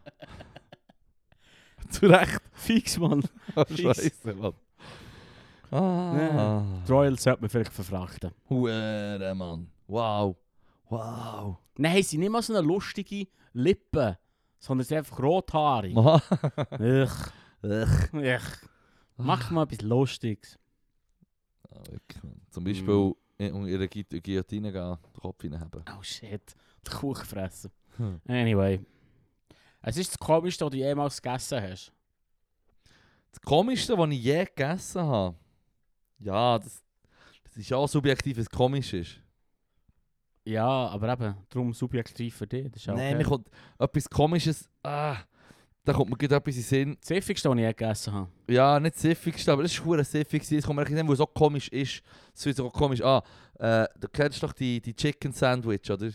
Zu Recht. Fix, Mann. Oh, Scheiße, Mann. Ah. Die Royals sollte man vielleicht verfrachten. Huere, Mann. Wow. Wow. Nein, sie sind nicht mal so eine lustige Lippe, sondern sie sind einfach rothaarig. Mann. Ich. Mach mal etwas Lustiges. Ja, wirklich, Mann. Zum Beispiel in ihre Guillotine gehen, den Kopf hineinhaben. Oh shit, die Kuchen fressen. Hm. Anyway. Es ist das Komischste, was du jemals gegessen hast. Das Komischste, was ich je gegessen habe, ja, das ist auch subjektiv, was komisch ist. Ja, aber eben, darum subjektiv für dich. Das ist auch Nein, okay. mir kommt etwas Komisches, da kommt mir gerade etwas in den Sinn. Das Siffigste, was ich je gegessen habe. Ja, nicht das Siffigste, aber das ist verdammt siffig. Es kommt mir eigentlich nicht, weil es so komisch ist. Es fühlt sich auch komisch an. Du kennst doch die Chicken Sandwich, oder?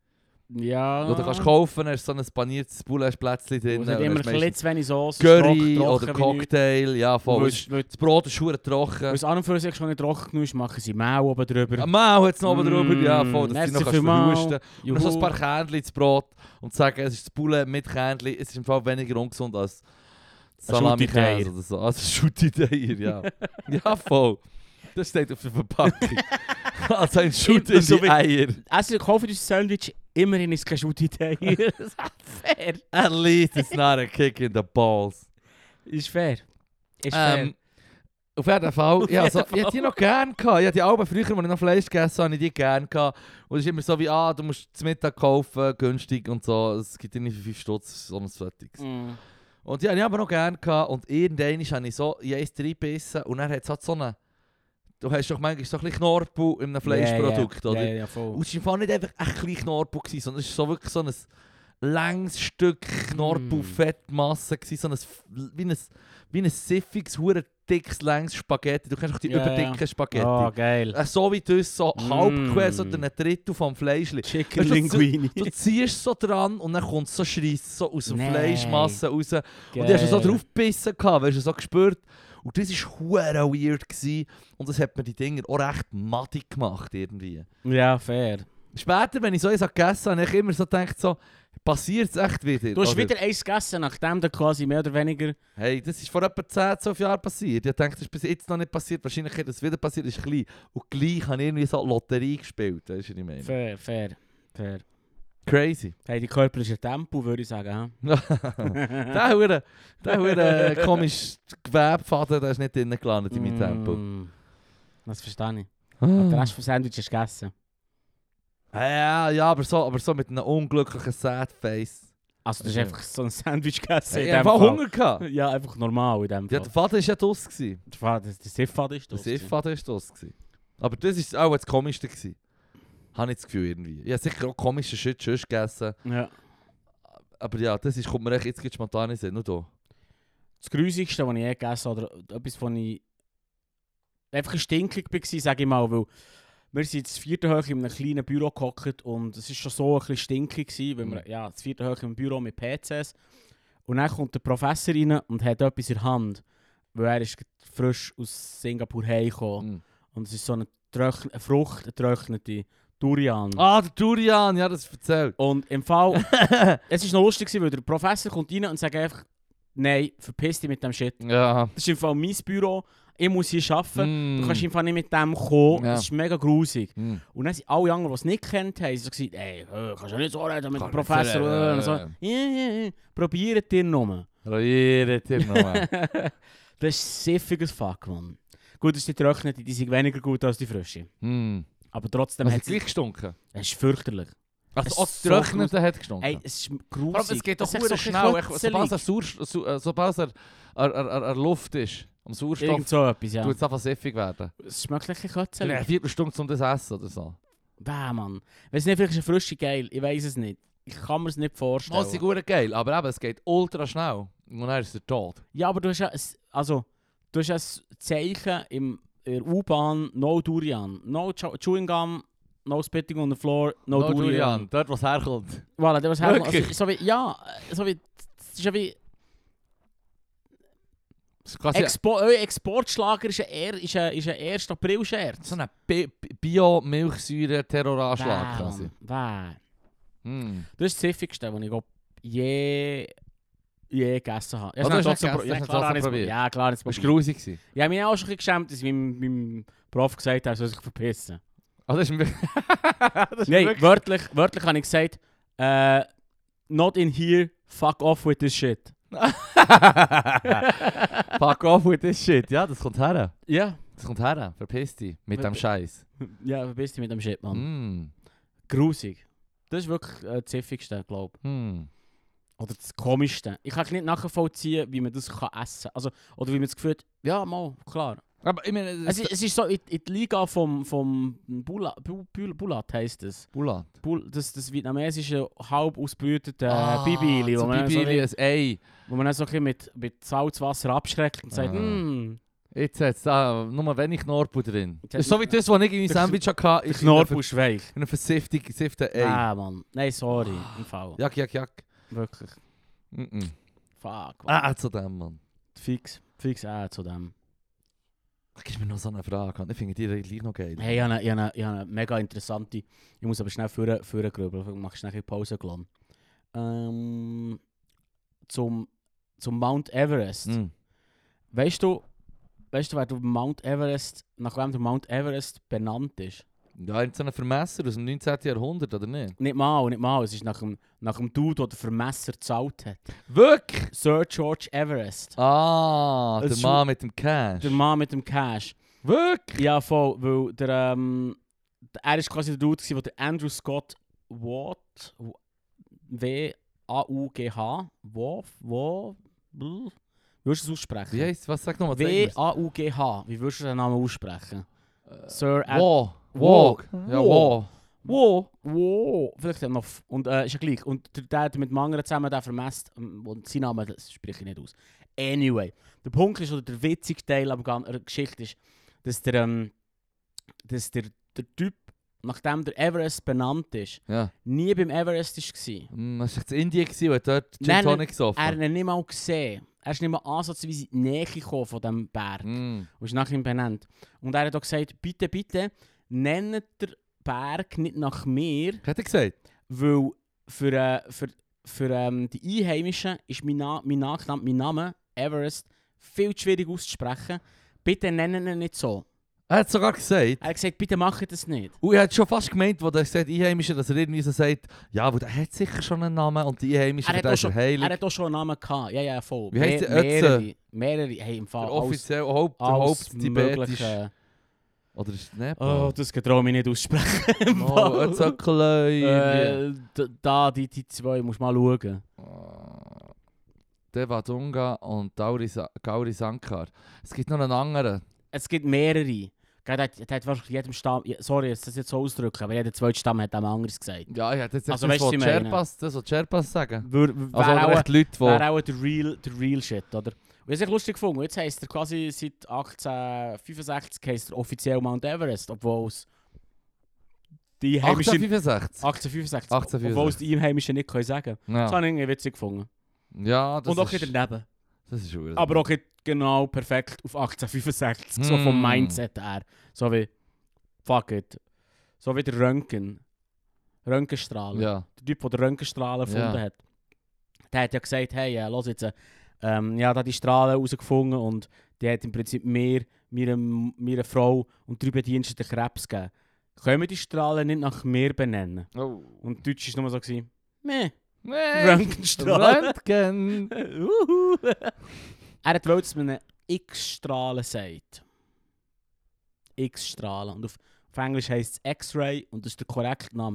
Ja. Wo du kannst kaufen, hast so ein paniertes Boulevardplätzchen drin. Es hat und immer hast ein bisschen zu wenig Sauce. Curry trocken oder wie Cocktail, ja voll. nichts. Weil Das Brot ist verdammt trocken. es an und für sich schon nicht trocken genug ist, machen sie Mehl oben drüber. Mau hat es noch oben drüber, ja voll, dass Merci du noch vielmals. verhusten kannst. Und noch so ein paar Kernchen ins Brot und sagen, es ist das Poulet mit Kernchen, es ist im Fall weniger ungesund als Salami-Käse oder so. Also Schutti-Deier, ja. Ja voll. Das steht auf der Verpackung. Also ein Schutti in So die wie- Eier. Also kaufe das Sandwich, immerhin ist es kein Schutti-Teil. Das ist fair. At least it's not a kick in the balls. Ist fair. Ist fair. Auf jeden Fall, Auf ja, jeden so, ich hätte die noch gerne gehabt. Ich hatte die Alben früher, als ich noch Fleisch gegessen habe, habe ich die gerne gehabt. Und es ist immer so wie, du musst zum Mittag kaufen, günstig und so. Es gibt irgendwie für 5 Stutz so ein Fertiges. Mm. Und die habe ich aber noch gerne gehabt. Und irgendwann habe ich so in eins reingebissen und dann hat es halt so eine... Du hast doch manchmal so ein bisschen Knorpel in einem Fleischprodukt, ja, oder? Ja, ja, voll. Und es war im Fall nicht einfach ein kleiner Knorpel, sondern es war so wirklich so ein längs Stück Knorpel-Fettmasse, so wie ein siffiges, hure dickes, längs Spaghetti. Du kennst doch die Ja, überdicken Spaghetti. Oh, geil. So wie das, so halb quer, so ein Drittel vom Fleischli. Chicken Weißt du, Linguini. Du ziehst so dran und dann kommt so Schreiss so aus der Nein. Fleischmasse raus. Und ich hast so drauf gebissen, weißt du, so gespürt. Und das war hure weird gewesen. Und das hat mir die Dinger auch recht mattig gemacht irgendwie. Ja, fair. Später, wenn ich so eins gegessen habe, habe ich immer so gedacht, so, passiert es echt wieder? Du hast Oder, wieder eins gegessen, nachdem du quasi mehr oder weniger... Hey, das ist vor etwa 10, 12 Jahren passiert. Ich dachte, das ist bis jetzt noch nicht passiert. Wahrscheinlich ist es wieder passiert, ist klein. Und gleich habe ich irgendwie so Lotterie gespielt. Weißt du, was ich meine? Fair. Crazy. Hey, die körperliche Tempo, würde ich sagen. der hure komisch Gewebefaden, der ist nicht drin gelandet in meinem Tempo. Das verstehe ich. Den Rest vom Sandwich hast du gegessen. Ja, aber so mit einem unglücklichen Sad Face. Also du hast einfach so ein Sandwich gegessen. Ich hatte Hunger gehabt. Ja, einfach normal in dem Ja, Fall. der Vater war ja draus. Der Siffad ist Der das. Siffvater war draus. Aber das war auch das Komischste. Habe ich das Gefühl irgendwie. Ich habe sicher auch komische Shit schon gegessen. Ja. Aber ja, das kommt mir echt jetzt spontan in den Sinn. Nur da. Das Grusigste, was ich je gegessen habe, oder etwas, wo ich einfach stinkig war, sage ich mal, weil wir sind das 4. Hoch in einem kleinen Büro gehockt und es war schon so ein bisschen stinkig gewesen, weil wir, ja, das 4. Hoch im Büro mit PCs. Und dann kommt der Professor rein und hat etwas in der Hand, weil er ist frisch aus Singapur heimgekommen. Und es ist so eine Frucht, eine getrocknete Durian. Der Durian, ja, das erzählt. Und im Fall, es war noch lustig, weil der Professor kommt rein und sagt einfach, nein, verpiss dich mit dem Shit. Ja. Das ist im Fall mein Büro, ich muss hier arbeiten, du kannst Mm. einfach nicht mit dem kommen, Ja. das ist mega grusig. Mm. Und dann sind alle anderen, die es nicht kennt haben, so gesagt, ey, kannst du nicht so reden mit dem Kann nicht Professor. so reden, Und so. Ja, probiert ihr nur. Probiert ihr nochmal. Das ist siffiges Fuck, Mann. Gut, das ist die trocknete, die sind weniger gut als die frische. Aber trotzdem Hat hat es gleich gestunken? es ist fürchterlich. Also Es auch ist das Trocknete hat gestunken. Ey, es ist Vor allem, grusig. es geht doch Es ist sehr so schnell. kürzelig. Sobald er Luft ist, am Sauerstoff, Irgend so etwas, ja. tut es einfach siffig werden. Es schmeckt ein bisschen Eine kürzelig. Viertelstunde um das Essen oder so. Bäh, Mann. Weiss nicht, vielleicht ist eine frische geil. Ich weiß es nicht. Ich kann mir es nicht vorstellen. Das ist gut geil, aber eben, es geht ultra schnell. Und dann ist er tot. Ja, aber du hast ja du hast ja ein Zeichen in der U-Bahn, no Durian, no chewing gum, no spitting on the floor, no, Durian. Dort, wo es herkommt. Voilà, das was herkommt. Wirklich? Also, so wie, ja, so wie, das ist ja wie, Das ist quasi euer Exportschlager ist ein 1. April-Scherz. so ein Bio-Milchsäure-Terroranschlag quasi. Bäh. Hm. Das ist das Siffigste, was ich glaub, je gegessen habe. Oh, du hast trotzdem nicht gegessen, ja, hast klar, trotzdem habe ich es probiert? Ja, klar, jetzt Das war probiert. grusig gewesen. Ja, mich auch schon ein bisschen geschämt, dass meinem Prof gesagt hat, er soll sich verpissen. Oh, das ist das ist Nein, wirklich- wörtlich habe ich gesagt, not in here, fuck off with this shit. Fuck off with this shit. Ja, das kommt her. Ja, Das kommt her. Verpiss dich. Mit dem Scheiß. ja, verpiss dich mit dem Shit, Mann. Mm. Grusig. Das ist wirklich das Ziffigste, glaube ich. Mm. Oder das Komischste. Ich kann nicht nachvollziehen, wie man das kann essen kann. Also, oder wie man das Gefühl hat, ja, mal, klar. Aber ich meine, Es ist so in die Liga vom Bulat heisst es. Bulat. Das vietnamesische halb ausbrütete Bibili, so Bibili, ein Ei. wo man dann so ein bisschen mit Salzwasser abschreckt und sagt, Jetzt hat es da nur wenig Knorpel drin. Jetzt Das ist so wie das, was ich in meinem der Sandwich hatte. der Ist Knorpel ist weich. in einem versifften Ei. Ah, Mann. Nein, sorry, im Fall. Jak. Wirklich. Fuck, Mann. Zu dem, Mann. Fix zu dem. Gib mir noch so eine Frage. Ich finde die gleich noch geil. Hey, ich habe eine mega interessante. Ich muss aber schnell vorgrübeln. Ich mache schnell eine Pause. Zum Mount Everest. Mm. Weißt du, wer der Mount Everest, nach wem der Mount Everest benannt ist? Ja, in so einem Vermesser aus dem 19. Jahrhundert, oder nicht? Nicht mal. Es ist nach dem Dude, der den Vermesser gezahlt hat. Wirklich? Sir George Everest. Ah, Es der ist Mann mit dem Cash. Der Mann mit dem Cash. Wirklich? Ja, voll. Weil er war quasi der Dude, der Andrew Scott Waugh, W-A-U-G-H, wie würdest du es aussprechen? Wie heisst was? Sag nochmal. W-A-U-G-H, wie würdest du den Namen aussprechen? Sir Wog. Ja, Wog. Wow, vielleicht noch. Und ist ja gleich. Und der hat mit dem anderen zusammen den vermisst. Und sein Name, das spreche ich nicht aus. Anyway, der Punkt ist, oder der witzige Teil an der Geschichte ist, dass der Typ, nachdem der Everest benannt ist, Ja. nie beim Everest war. Das war in Indien und hat dort Gin Nein, Tonic gesoffen. Er hat ihn nicht mal gesehen. Er ist nicht mal ansatzweise in die Nähe gekommen von diesem Berg. Und ist nach ihm benannt. Und er hat auch gesagt, bitte, nennt der Berg nicht nach mir, Hat er gesagt? weil für die Einheimischen ist mein Name, Everest, viel zu schwierig auszusprechen. Bitte nennen ihn nicht so. Er hat sogar gesagt. Er hat gesagt, bitte macht das nicht. Und er hat schon fast gemeint, wo er gesagt Einheimische, dass er irgendwie so sagt, ja, aber der hat sicher schon einen Namen und die Einheimischen, Er der ist ja heilig. hat auch schon einen Namen gehabt. Ja, voll. Wie heisst der? Ötze? Mehrere. Hey, im Fall Der offiziell alles Haupttibetisch. mögliche. Oder ist es Nepal? Oh, das getraue ich mich nicht aussprechen. Im Oh, Fall. Ötzekelei. Die zwei musst du mal schauen. Devadunga und Gauri Sankar. Es gibt noch einen anderen. Es gibt mehrere. Der hat wahrscheinlich jedem Stamm, sorry, dass ich das jetzt so ausdrücken, aber jeder zweite Stamm hat einem anderes gesagt. Ja, ich hätte jetzt Also, das, weißt du, was was ich meine? Sherpas sagen. Wäre Also auch, echt Leute, die... wär auch der real Shit, oder? Und ich habe es lustig gefunden. Jetzt heisst er quasi seit 1865 heisst er offiziell Mount Everest, obwohl es die Einheimischen... 1865. 1865. 1865. Obwohl es die Einheimischen nicht sagen können. Das Ja, habe ich irgendwie witzig gefunden. ja das Und auch ist... ein daneben. Das ist schon Aber auch nicht genau perfekt auf 1865, so vom Mindset her. So wie... Fuck it. So wie der Röntgenstrahlen. Ja. Der Typ, der die Röntgenstrahlen erfunden hat. Der hat ja gesagt, hey, los jetzt, ja, da die Strahlen herausgefunden und die hat im Prinzip mir Frau und 3 Bediensteten Krebs gegeben. Können wir die Strahlen nicht nach mir benennen? Oh. Und Deutsch war nur so, meh, Nee. Röntgenstrahlen. Röntgen. Uhu. Er hat wollte, dass man eine X-Strahlen sagt. X-Strahlen. Und auf Englisch heisst es X-Ray und das ist der korrekte Name.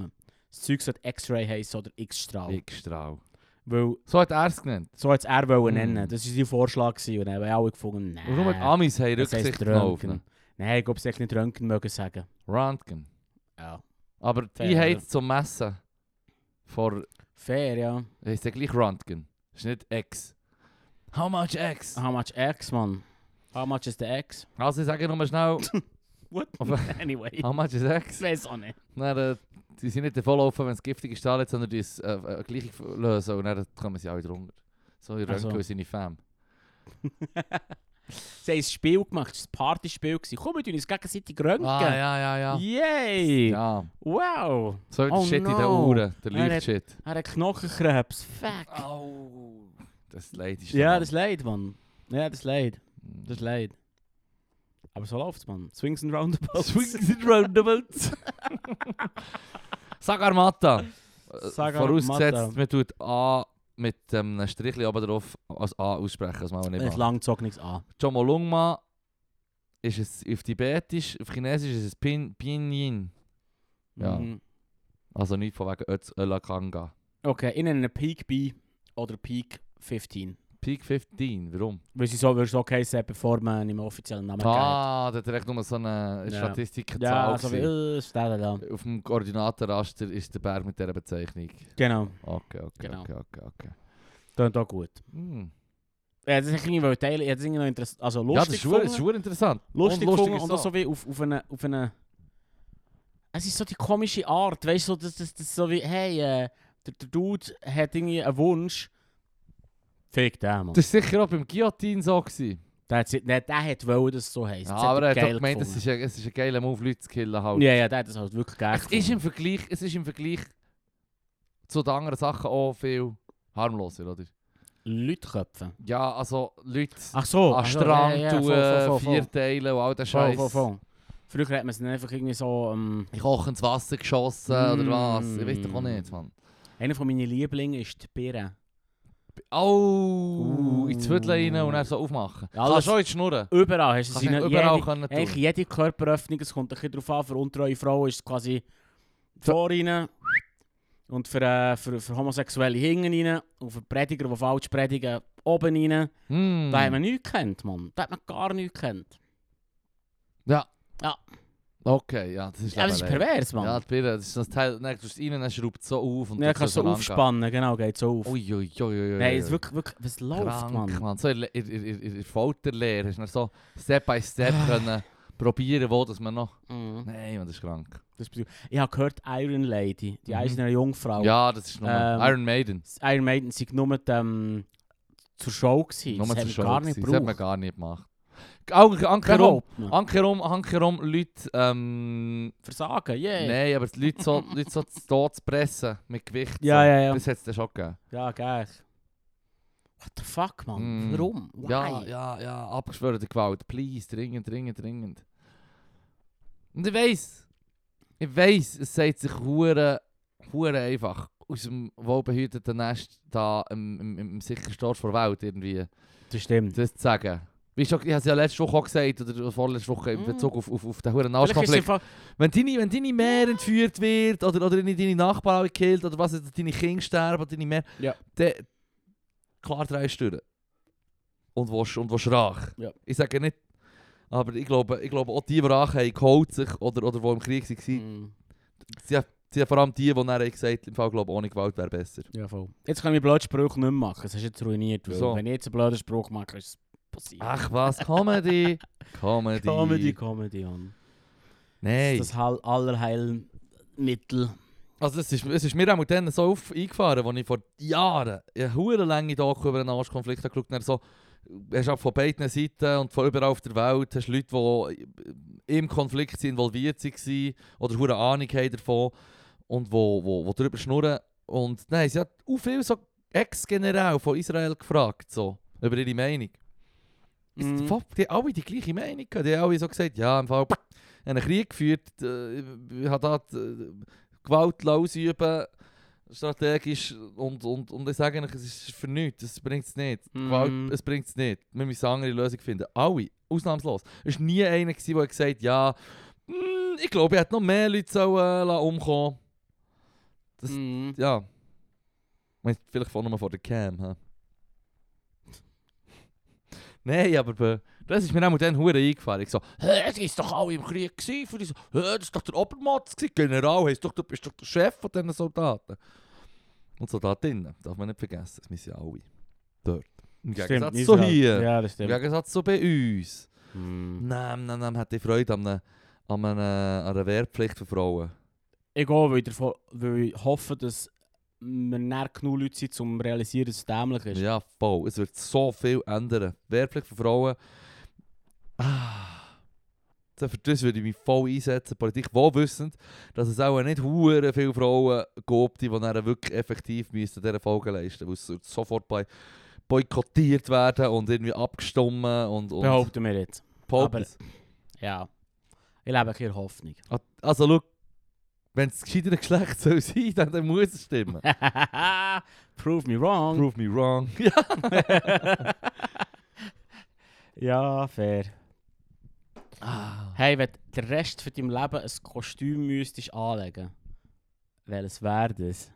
Das Zeug sollte X-Ray heissen oder X-Strahl. X-Strahl. Weil, So hat er es genannt. so hat es er wollen Mm. nennen. Das war sein Vorschlag gewesen. Und dann haben alle gefunden, nein. Und nur die Amis haben das heisst Rücksicht genommen. Röntgen. Nein, ich glaube, sie hätten nicht Röntgen mögen sagen. Röntgen. Ja. Aber Fair, die oder? heißt zum Messen. Vor, Fair, ja. heisst der gleich Röntgen. Ist nicht X. How much X? How much X, man? How much is the X? Also ich sage nochmal schnell. What? Aber- Anyway. How much is X? Ich weiß auch nicht. Dann, die sind nicht volllaufen, wenn es giftige Stahl hat, sondern die es gleich lösen und dann kommen sie alle drunter. So in Röntgen so. und seine Fam. Sie haben ein Spiel gemacht, es war ein Partyspiel. Komm, wir tun uns gegenseitig röntgen. Ja. Yay! Ja. Wow! So der Oh Shit in den no. Uhren, der Er hat- Leuchtshit. Er hat Knochenkrebs. Fuck. Oh. Das Leid ist Ja, das ist leid, Mann. Ja, das ist leid. Das ist leid. Aber so läuft's, Mann. Swings and Roundabouts. Swings and Roundabouts. Sag Armata. Sag Vorausgesetzt, Armata. man tut A mit einem Strichli oben drauf als A aussprechen, das man nicht Ein macht. langgezogenes A. Chomolungma ist es auf Tibetisch, auf Chinesisch ist es Pinyin. Ja. Mhm. Also nicht von wegen Ölakanga. Okay, in einen Peak B oder Peak 15. Peak 15, warum? Weil sie so, so heissen, bevor man einen offiziellen Namen gegeben hat. Ah, da hat direkt nur so eine Ja. Statistikzahl Ja, so wie, gewesen. steht da. Auf dem Koordinatenraster ist der Berg mit dieser Bezeichnung. Genau, Okay. Genau. Okay. klingt auch gut. Hm. Ja, das ist irgendwie teilen, ja, das ist irgendwie noch interessant, also Ja, lustig das ist gefunden. schon interessant. Lustig Und gefunden ist und auch so. so wie auf eine... Es ist so die komische Art, weißt du, so, das so wie, hey, der Dude hat irgendwie einen Wunsch. Fick den, Mann. Das war sicher auch beim Guillotine so gewesen. Der hat wollen, dass es so heisst. Ja, Das aber er hat geil doch gemeint, gefunden. es ist ein geiler Move, Leute zu killen halt. Ja, der hat das halt wirklich geil Es ist im Vergleich zu den anderen Sachen auch viel harmloser, oder? Leute köpfen. Ja, also Leute Ach so. an ach so, Strand voll. vierteilen und all der Scheiß. Voll. Früher hat man es dann einfach irgendwie so... Ich koche ins Wasser geschossen oder was? Ich weiß doch auch nicht, Mann. Einer von meinen Lieblingen ist die Birne. Oh, ins Viertel rein und dann so aufmachen. Ja, Kannst alles- du auch in die Schnurren. Überall hast du Kannst sie du nicht- überall jede, können eigentlich tun. jede Körperöffnung, es kommt ein bisschen darauf an, für untreue Frauen ist es quasi vor rein und für Homosexuelle hinten rein und für Prediger, die falsch predigen, oben rein. Hm. Da hat man nichts gekannt, Mann. Da hat man gar nichts gekannt. Ja. Ja. Okay, ja, das ist Ja, das ist lebenslang. pervers, Mann. Ja, die Birne, das ist das Teil, dann tust du es rein, dann schraubt es so auf und Ja, tut kannst du so auseinander. aufspannen, genau, geht so auf. Ui. Nein, es ist wirklich, was läuft, Krank, Mann? So in der Folterlehre hast du dann so Step by Step können probieren, wo dass man noch... Mhm. Nein, man, das ist krank. Ich habe gehört, Iron Lady, die eiserne Jungfrau. Ja, das ist nur Iron Maiden. Iron Maiden sind nur zur Show gewesen. Nur Das zur haben wir Show gar gewesen. nicht Das hat man gebraucht. gar nicht gemacht. Ankerum, Behaupten. Leute... Versagen, yeah. Nein, aber die Leute so zu Tod zu pressen mit Gewicht. Ja, so. ja. Das hat es dann schon gegeben. Ja, geil. What the fuck, man? Mm. Warum? Why? Ja, abgeschwörte Gewalt. Please, dringend. Und ich weiss, es sagt sich hure einfach aus dem wohlbehüteten Nest da im sichersten Ort der Welt irgendwie Das stimmt. das zu sagen. Wie schon, ich habe es ja letzte Woche auch gesagt, oder vorletzte Woche in Bezug auf den huren Nahostkonflikt. Wenn deine Meer entführt wird, oder deine Nachbarn alle gekillt, oder was, deine Kinder sterben, oder deine Meer, Ja. dann klar drehst du durch. Und willst Rache. Ja. Ich sage nicht, aber ich glaube auch die Rache haben geholt sich, oder die im Krieg waren, Mm. sind vor allem die dann haben gesagt, im Fall glaube ohne Gewalt wäre besser. Ja, voll. Jetzt kann ich blöden Spruch nicht mehr machen. Das hast du jetzt ruiniert. Weil Wieso? wenn ich jetzt einen blöden Spruch mache, ist es passiert. Ach was, Comedy. Comedy, Mann. Nein. Das Allerheilmittel. Also es ist mir auch dann so eingefahren, als ich vor Jahren eine hure lange Doku über einen Nahostkonflikt habe geschaut habe. Du hast auch von beiden Seiten und von überall auf der Welt hast Leute, die im Konflikt involviert waren oder hure Ahnung haben davon und wo darüber schnurren. Und nein, sie hat auch viele so Ex-Generäle von Israel gefragt, so, über ihre Meinung. Die haben alle die gleiche Meinung gehabt. Die haben alle so gesagt, ja, im Fall einen Krieg geführt, ich habe da Gewalt ausüben, strategisch und ich sage eigentlich, es ist für nichts, es bringt es nicht. Gewalt, es bringt es nicht. Wir müssen eine andere Lösung finden. Alle, ausnahmslos. Es war nie einer, der gesagt hat, ja, ich glaube, ich hätte noch mehr Leute umkommen. Das, Mhm. ja. Vielleicht vorne mal vor der Cam, hä? Nein, aber das ist mir auch dann hure eingefallen. Ich so, hä, die ist doch alle im Krieg gewesen. Für die so, hä, das ist doch der Obermatz gewesen. General, du bist doch der Chef von diesen Soldaten. Und Soldatinnen, darf man nicht vergessen, das müssen ja alle dort. Im Gegensatz zu Israel. hier. Ja, das Im stimmt. Gegensatz zu bei uns. Mhm. Nein, hätte ich Freude an einer Wehrpflicht für Frauen. Ich gehe wieder weil ich hoffe, dass wir nicht genug Leute sind, um zu realisieren, dass es dämlich ist. Ja, voll. Es wird so viel ändern. Wehrpflicht für Frauen. Für das würde ich mich voll einsetzen. Politik, wo wissend, dass es auch nicht hure viele Frauen gibt, die dann wirklich effektiv müssen dieser Folge leisten müssen. Weil es sofort boykottiert werden und irgendwie abgestimmt und Behaupten wir jetzt. behaupten. Ja. Ich lebe keine Hoffnung. Also schau, wenn es das gescheitere Geschlecht soll sein, dann muss es stimmen. Prove me wrong. Prove me wrong. Ja, fair. Ah. Hey, wenn du den Rest von deinem Leben ein Kostüm müsstest anlegen, welches wäre das?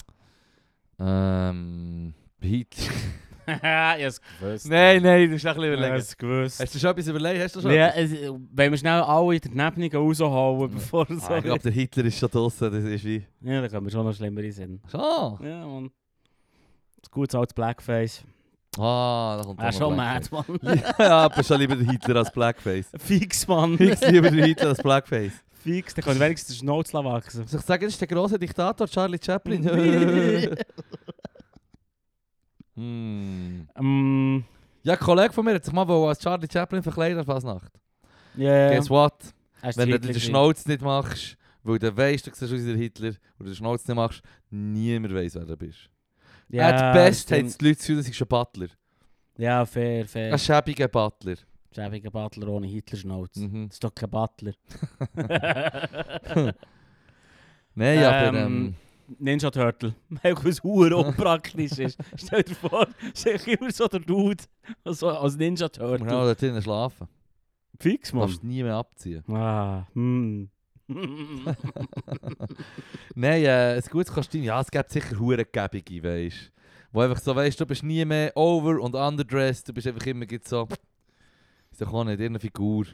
Hitler. Ich habe es gewusst. Nein, du musst ein bisschen Ich habe überlegen. es gewusst. Hast du schon etwas überlegt? Hast du schon Ja, etwas? wenn wir schnell alle in den Nebnigen raushauen, bevor es so Ich glaube, der Hitler ist schon draussen. Das ist wie... Ja, da können wir schon noch schlimmere sein. Schon? Ja, Mann. Das gutes altes Blackface. Ah, da kommt Er ist schon mad, Mann. Ja, aber schon lieber der Hitler als Blackface. Fix, Mann. Ich lieber den Hitler als Blackface. Fix, dann kann ich wenigstens den Schnauz wachsen. Soll ich sagen, das ist der grosse Diktator Charlie Chaplin? Ja, ein Kollege von mir hat sich mal als Charlie Chaplin verkleidet an Fasnacht. Ja. Guess what? Hast Wenn du Hitler den gesehen? Schnauz nicht machst, weil du weißt, du siehst aus wie der Hitler, und den Schnauz nicht machst, niemand weiss, wer du bist. Ja, At best stimmt. haben die Leute das Gefühl, das ist ein Butler. Ja, fair, fair. Ein schäbiger Butler. Schäbiger Butler ohne Hitler-Schnauz. Mhm. Das ist doch kein Butler. Nein, aber... Ninja Turtle. Weil es hure unpraktisch ist. Stell dir vor, ich immer so der Dude also als Ninja Man kann Turtle. auch da drinnen schlafen. Fix, Du Mann. darfst nie mehr abziehen. Ah, Nein, ein gutes Kostüm, ja, es gibt sicher Hurengebige, weißt du. Wo einfach so, weißt du, bist nie mehr over- und underdressed, du bist einfach immer so... Ist doch auch nicht irgendeine Figur.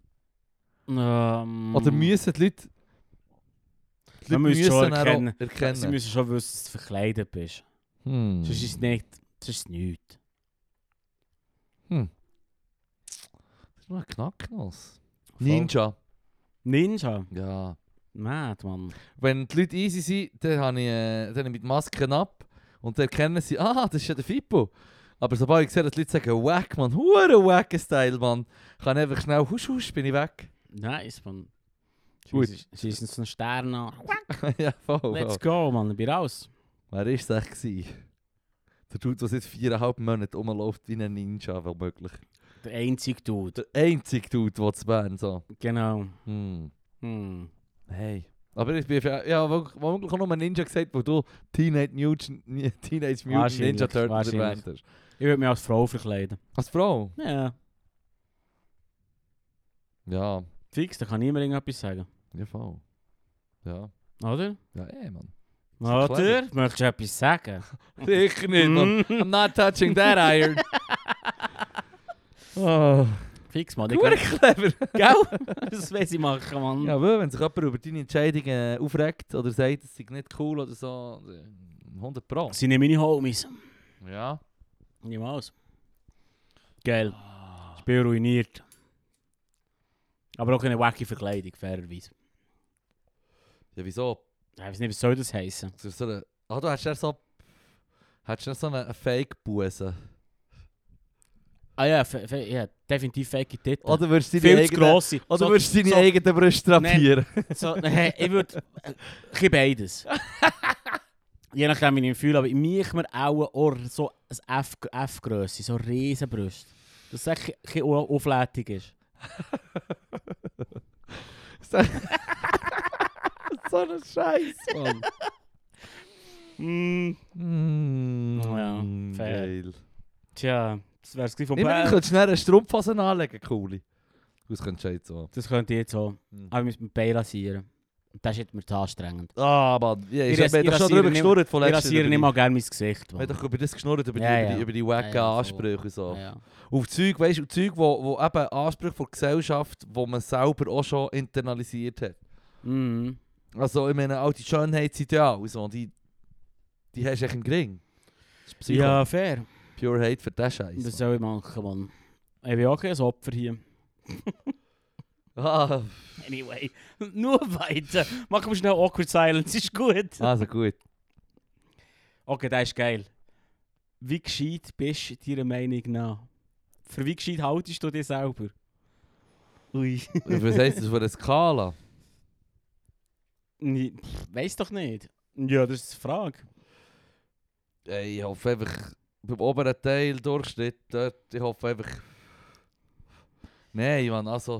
Oder müssen die Leute... Die Man Leute muss schon müssen auch erkennen. Sie erkennen. müssen schon wissen, dass du verkleidet bist. Sonst ist es nicht. Sonst ist es nichts. Das ist noch ein Knacknuss. Ninja. Ninja? Ja. Mad, Mann. Wenn die Leute easy sind, dann habe ich, dann nehme ich die Masken ab und dann erkennen sie, das ist ja der Fippo. Aber sobald ich sehe, dass die Leute sagen, wack, man, wack Style, man, kann ich einfach schnell, husch, husch, bin ich weg. Nice, Mann. Gut. Sie ist so ein Stern an. Ja, voll. Let's go, Mann. Ich bin raus. Wer war es echt gewesen? Der Dude, der seit 4,5 Monaten rumläuft wie ein Ninja, womöglich. Der einzige Dude. Der einzige Dude, der zu Bern so. Genau. Hey. Aber ich bin ja womöglich auch noch ein Ninja gesagt, wo du Teenage Mutant Ninja Turtles Wahrscheinlich. erwähnt hast. Ich würde mich als Frau verkleiden. Als Frau? Ja. Ja. Fix, da kann niemand irgendetwas sagen. Ja, voll. Ja. Oder? Ja, man. Oder? Möchtest du etwas sagen? Sicher nicht, man. I'm not touching that iron. Oh. Fix, Mann. Gut clever. Gell? Das will ich machen, Mann. Ja, aber wenn sich jemand über deine Entscheidungen aufregt oder sagt, es sei nicht cool oder so, 100 Pro. Das sind nicht meine Homies. Ja. Niemals. Geil. Spiel ruiniert. Aber auch eine wacky Verkleidung, fairerweise. Ja, wieso? Ich weiß nicht, was soll das heißen? So eine, du hast ja so... Hast du so eine Fake-Buse? Ah ja, ja definitiv fake Titten. Oder würdest du Viel deine zu eigenen... grosse. Oder würdest du deine eigenen Brüste drapieren? So, ich würde... Ich beides. Je nachdem, wie ich mich fühle. Aber ich mache mir auch so ein F-Grösse, so riesen Brüste. Dass es echt ein bisschen auflädig ist. So ein Scheiß, Mann. Ja, fair. Geil. Tja, das wäre es von Ich meine, du könntest schnell eine Strumpfhose anlegen, coole. Das könntest du jetzt so. Das könnte ich jetzt so. Aber ich muss mit Bein rasieren. Das ist jetzt mir zu anstrengend. Ah, Mann. Ja, Ich wir haben doch schon drüber geschnurrt von Ich letztem. rasiere nicht mal gerne mein Gesicht. Wir haben doch über das geschnurrt, über Ja, die wacken Ja, Ansprüche und so. Ja. Auf Zeug, weißt du, Zeug, wo eben Ansprüche von der Gesellschaft, wo man selber auch schon internalisiert hat. Mhm. Also, ich meine, all die Schönheitsideale, so, die hast du echt im Gring. Das ist Psycho. Ja, fair. Pure Hate für den Scheiß. Das soll ich machen, Mann. Ich bin auch ein Opfer hier. Ah, Anyway, nur weiter. Machen wir schnell Awkward Silence, ist gut. also gut. Okay, das ist geil. Wie gescheit bist du deiner Meinung nach? Für wie gescheit haltest du dich selber? Ui. Was heisst das für eine Skala? Weiss doch nicht. Ja, das ist die Frage. Ich hoffe einfach, beim oberen Teil, Durchschnitt, dort, ich hoffe einfach... Nein, Mann, also...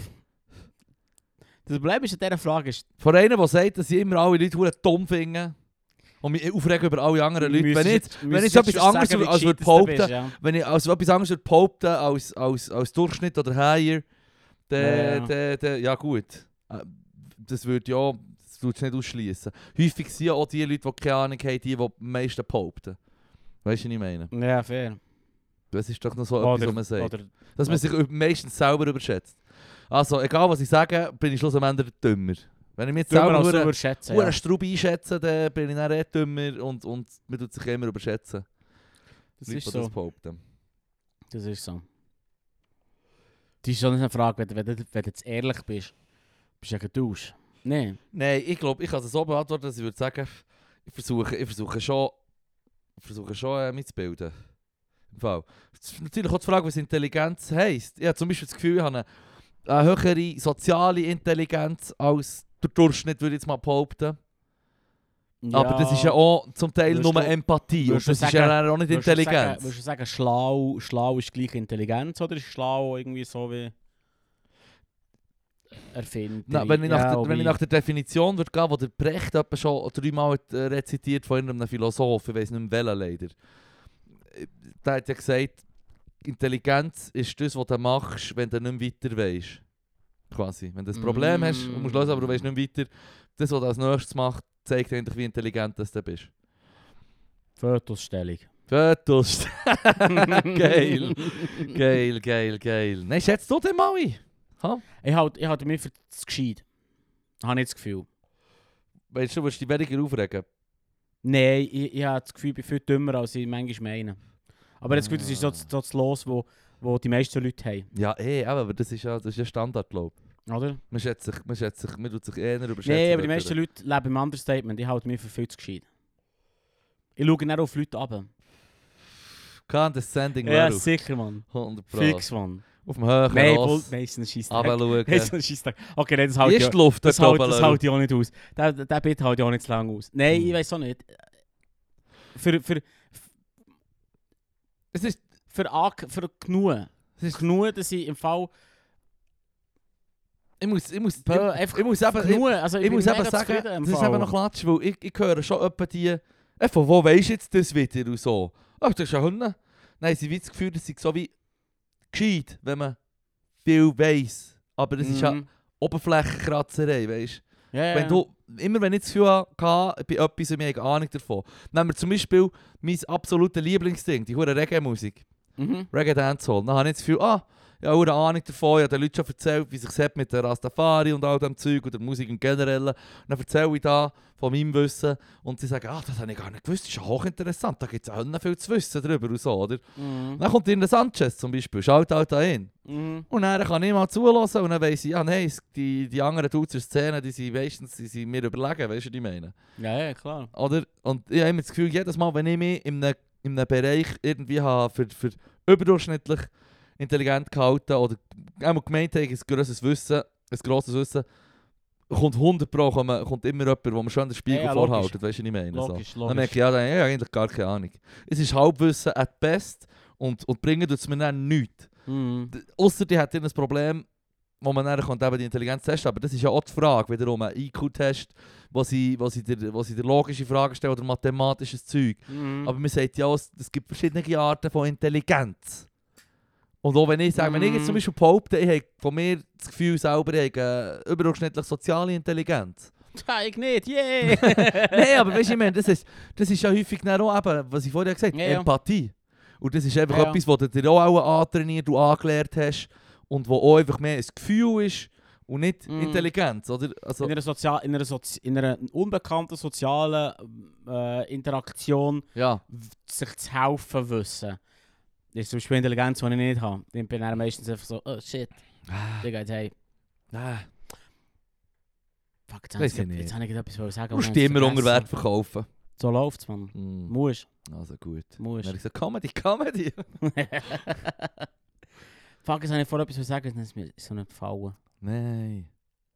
Das Problem ist an dieser Frage ist... Von einem, der sagt, dass ich immer alle Leute verdammt dumm finde und mich aufregen über alle anderen Leute. Wenn ich etwas anderes als würde behaupten, wenn ich also etwas anderes würde behaupten als Durchschnitt oder higher, dann ja gut. Das würde ja, das tut es nicht ausschließen. Häufig sind ja auch die Leute, die keine Ahnung haben, die am meisten behaupten. Weißt du, was ich meine? Ja, fair. Das ist doch noch so etwas, was man sagt. Oder, Dass man sich meistens selber überschätzt. Also, egal was ich sage, bin ich schlussendlich dümmer. Wenn ich mich jetzt dümmer als du selber würdest schätzen, einen Straub einschätze, dann bin ich dann dümmer und man tut sich immer überschätzen. Das Leute, ist die so. das behaupten. Das ist so. Das ist schon eine Frage, wenn du jetzt ehrlich bist. Bist du ja getauscht? Nein. Nein, ich glaube, ich kann es so beantworten, dass ich würde sagen, ich versuche schon mitzubilden. Im Fall. Es ist natürlich auch die Frage, was Intelligenz heisst. Ich habe zum Beispiel das Gefühl, ich habe eine höhere soziale Intelligenz als der Durchschnitt, würde ich jetzt mal behaupten. Ja, Aber das ist ja auch zum Teil Würdest nur du- Empathie. Und würdest du das ist sagen- ja auch nicht Intelligenz. Würdest du sagen, schlau ist gleich Intelligenz oder ist schlau irgendwie so wie Erfinder? Na, wenn ich nach der Definition würde gehen, die der Brecht etwa schon 3-mal hat, rezitiert von einem Philosoph, ich weiß nicht mehr welchen leider. Der hat ja gesagt, Intelligenz ist das, was du machst, wenn du nicht mehr weiter weisst. Quasi. Wenn du ein Problem hast und musst lösen, aber du weißt nicht mehr weiter, das, was du als nächstes machst, zeigt eigentlich, wie intelligent das du bist. Fotostellung. Fotos. Geil. Geil. Nein, schätzt du den mal ein? Ha? Ich halte mich für das Gescheit. Habe ich das Gefühl. Weißt du, willst du dich weniger aufregen? Nein, ich habe das Gefühl, ich bin viel dümmer, als ich manchmal meine. Aber das Gefühl, das ist so das Los, wo die meisten Leute haben. Ja, aber das ist ja Standard, glaube ich. Oder? Man tut sich eher überschätzen. Nein, aber die meisten Leute leben im Understatement. Ich halte mich für viel zu gescheit. Ich schaue nicht auf Leute ab. Condescending Ja, Level. sicher, Mann. 100%. Fix, Mann. Auf dem höheren Nein, Ross. meistens Scheisstag. runterschauen. Meistens Scheisstag. Okay, nein, das halte ich Ist die Luft das dort halte oben, das Leru? halte ich auch nicht aus. Der Bit halte ich auch nicht zu lange aus. Nein, ich weiß auch nicht. Es ist... Für genug. Es ist Genug, dass ich im Fall... ich muss Genug, eben also ich muss bin eben mega sagen, zufrieden im das ist Fall. eben noch Klatsch, weil ich höre schon etwa die... Von wo weisst du jetzt das wieder und so? Ach, das ist ja Hunde. Nein, sie haben das Gefühl, das ist so wie gescheit, wenn man viel weiss. Aber das ist ja Oberflächenkratzerei, weißt du? Ja, Wenn ich das Gefühl hatte, bei etwas und ich habe Ahnung davon. Nehmen wir zum Beispiel mein absolutes Lieblingsding, die hure Reggae-Musik. Reggae Dancehall. Dann habe ich das Gefühl, ich habe eine Ahnung davon, ich habe den Leuten schon erzählt, wie sich mit der Rastafari und all dem Zeug und der Musik im Generellen. Und dann erzähle ich da von meinem Wissen und sie sagen, das habe ich gar nicht gewusst, das ist ja hochinteressant, da gibt es ja viel zu wissen darüber und so, oder? Dann kommt in der Sanchez zum Beispiel, schaut halt da hin. Und dann kann ich mal zulassen und dann weiss ich, die anderen Dudes in der Szene, die sind mir überlegen, weißt du, was ich meine? Ja, klar. Oder? Und ich habe immer das Gefühl, jedes Mal, wenn ich mich in einem Bereich irgendwie habe für überdurchschnittlich intelligent gehalten oder einmal gemeint habe, ein grosses Wissen, kommt 100 Pro, kommt immer jemand, wo man schon den Spiegel vorhaltet, weißt du, was ich meine? Logisch. Dann merke ich, dann habe ich eigentlich gar keine Ahnung. Es ist Halbwissen at best und bringen tut es mir dann nichts. Ausser die hat ein Problem, wo man dann eben die Intelligenz testen, aber das ist ja auch die Frage, wiederum ein IQ-Test, wo sie dir logische Fragen stellen oder mathematisches Zeug. Aber man sagt ja auch, es gibt verschiedene Arten von Intelligenz. Und auch wenn ich sage, wenn ich jetzt zum Beispiel behaupte, ich habe von mir das Gefühl selber, ich habe überdurchschnittlich soziale Intelligenz, Ich nicht, yeah! Nein, aber weißt du, ich meine, das ist ja häufig dann auch eben, was ich vorher gesagt habe, Ja. Empathie. Und das ist einfach Ja. etwas, was du dir auch antrainiert und angelernt hast und wo auch einfach mehr ein Gefühl ist und nicht Intelligenz, oder? Also, In einer unbekannten sozialen Interaktion ja. sich zu helfen wissen. Das ist zum Beispiel Intelligenz, die ich nicht habe. Dann bin ich dann meistens einfach so, oh shit, Digga, jetzt hey, fuck, Weiss ich nicht. jetzt habe ich etwas sagen. Du musst immer unter Wert verkaufen. So läuft's, man. Musst. Also gut. Musst. Dann habe ich gesagt, Comedy. Fuck, jetzt habe ich vorher etwas sagen, dann ist mir so nicht gefallen. Nein.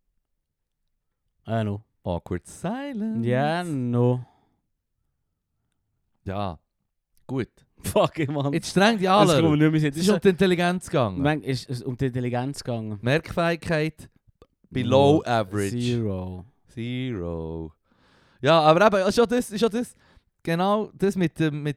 No. Awkward silence. Ja, no. Ja. Gut. Fuck, man. Jetzt streng die Das alle. kommt mir nicht mehr. Es ist um die Intelligenz gegangen. Manchmal ist es um die Intelligenz gegangen. Merkfähigkeit below average. Zero. Ja, aber eben, ist ja das, genau das mit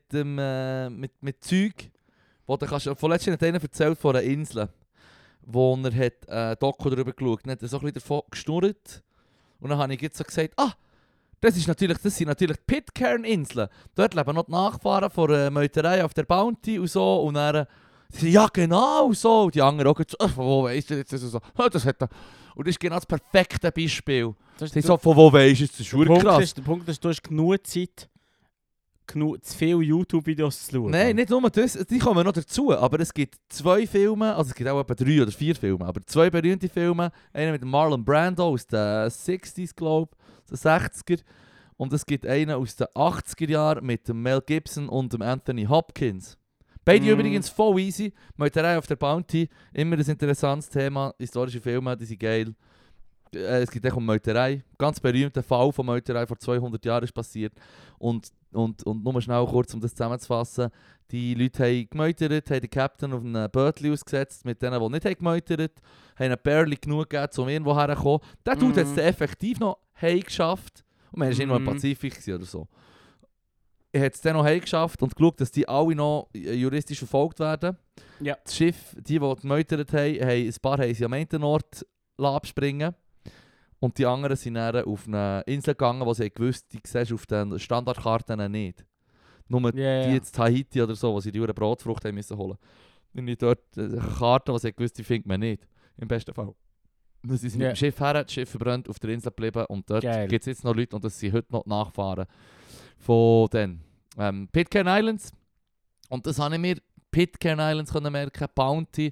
Zeug, wo du kannst, vorletzt hat einer erzählt von einer Insel, wo er hat Doku darüber geschaut, er hat so ein bisschen davon geschnurrt und dann habe ich jetzt so gesagt, das sind natürlich die Pitcairn-Inseln. Dort leben noch die Nachfahren von der Meuterei auf der Bounty und so und dann ja genau so und die anderen auch so, von wo weisst du jetzt so, das hat er. Und das ist genau das perfekte Beispiel. Sie so, von wo weisst du, das ist wirklich krass. Der Punkt ist, du hast genug Zeit, zu viele YouTube-Videos zu schauen. Nein, nicht nur das, die kommen noch dazu, aber es gibt 2 Filme, also es gibt auch etwa 3 oder 4 Filme, aber 2 berühmte Filme, einer mit Marlon Brando aus den 60s, glaube ich, den 60er, und es gibt einen aus den 80er Jahren mit dem Mel Gibson und dem Anthony Hopkins. Beide übrigens voll easy, Meuterei auf der Bounty, immer ein interessantes Thema, historische Filme, die sind geil. Es geht auch um Meuterei, ganz berühmter Fall von Meuterei vor 200 Jahren ist passiert und nur schnell kurz, um das zusammenzufassen, die Leute haben gemeutert, haben den Captain auf einen Bötli ausgesetzt, mit denen, die nicht haben gemeutert, haben ihnen barely genug gegeben, um irgendwo herzukommen. Der Dude hat es dann effektiv noch heimgeschafft und man war irgendwo im Pazifik oder so. Er hat es dann noch heimgeschafft und geschaut, dass die alle noch juristisch verfolgt werden. Ja. Das Schiff, die gemeutert haben, ein paar haben sie am einen Ort abspringen. Und die anderen sind dann auf eine Insel gegangen, wo sie gewusst, die siehst du auf den Standardkarten nicht. Nur die jetzt Tahiti oder so, wo sie die Brotfrucht haben müssen holen. Und nicht dort Karten, die sie gewusst, die findet man nicht. Im besten Fall. Und sie sind mit dem Schiff her, das Schiff verbrannt, auf der Insel geblieben und dort gibt es jetzt noch Leute und das sind heute noch die Nachfahren von den Pitcairn Islands. Und das habe ich mir Pitcairn Islands können merken, Bounty.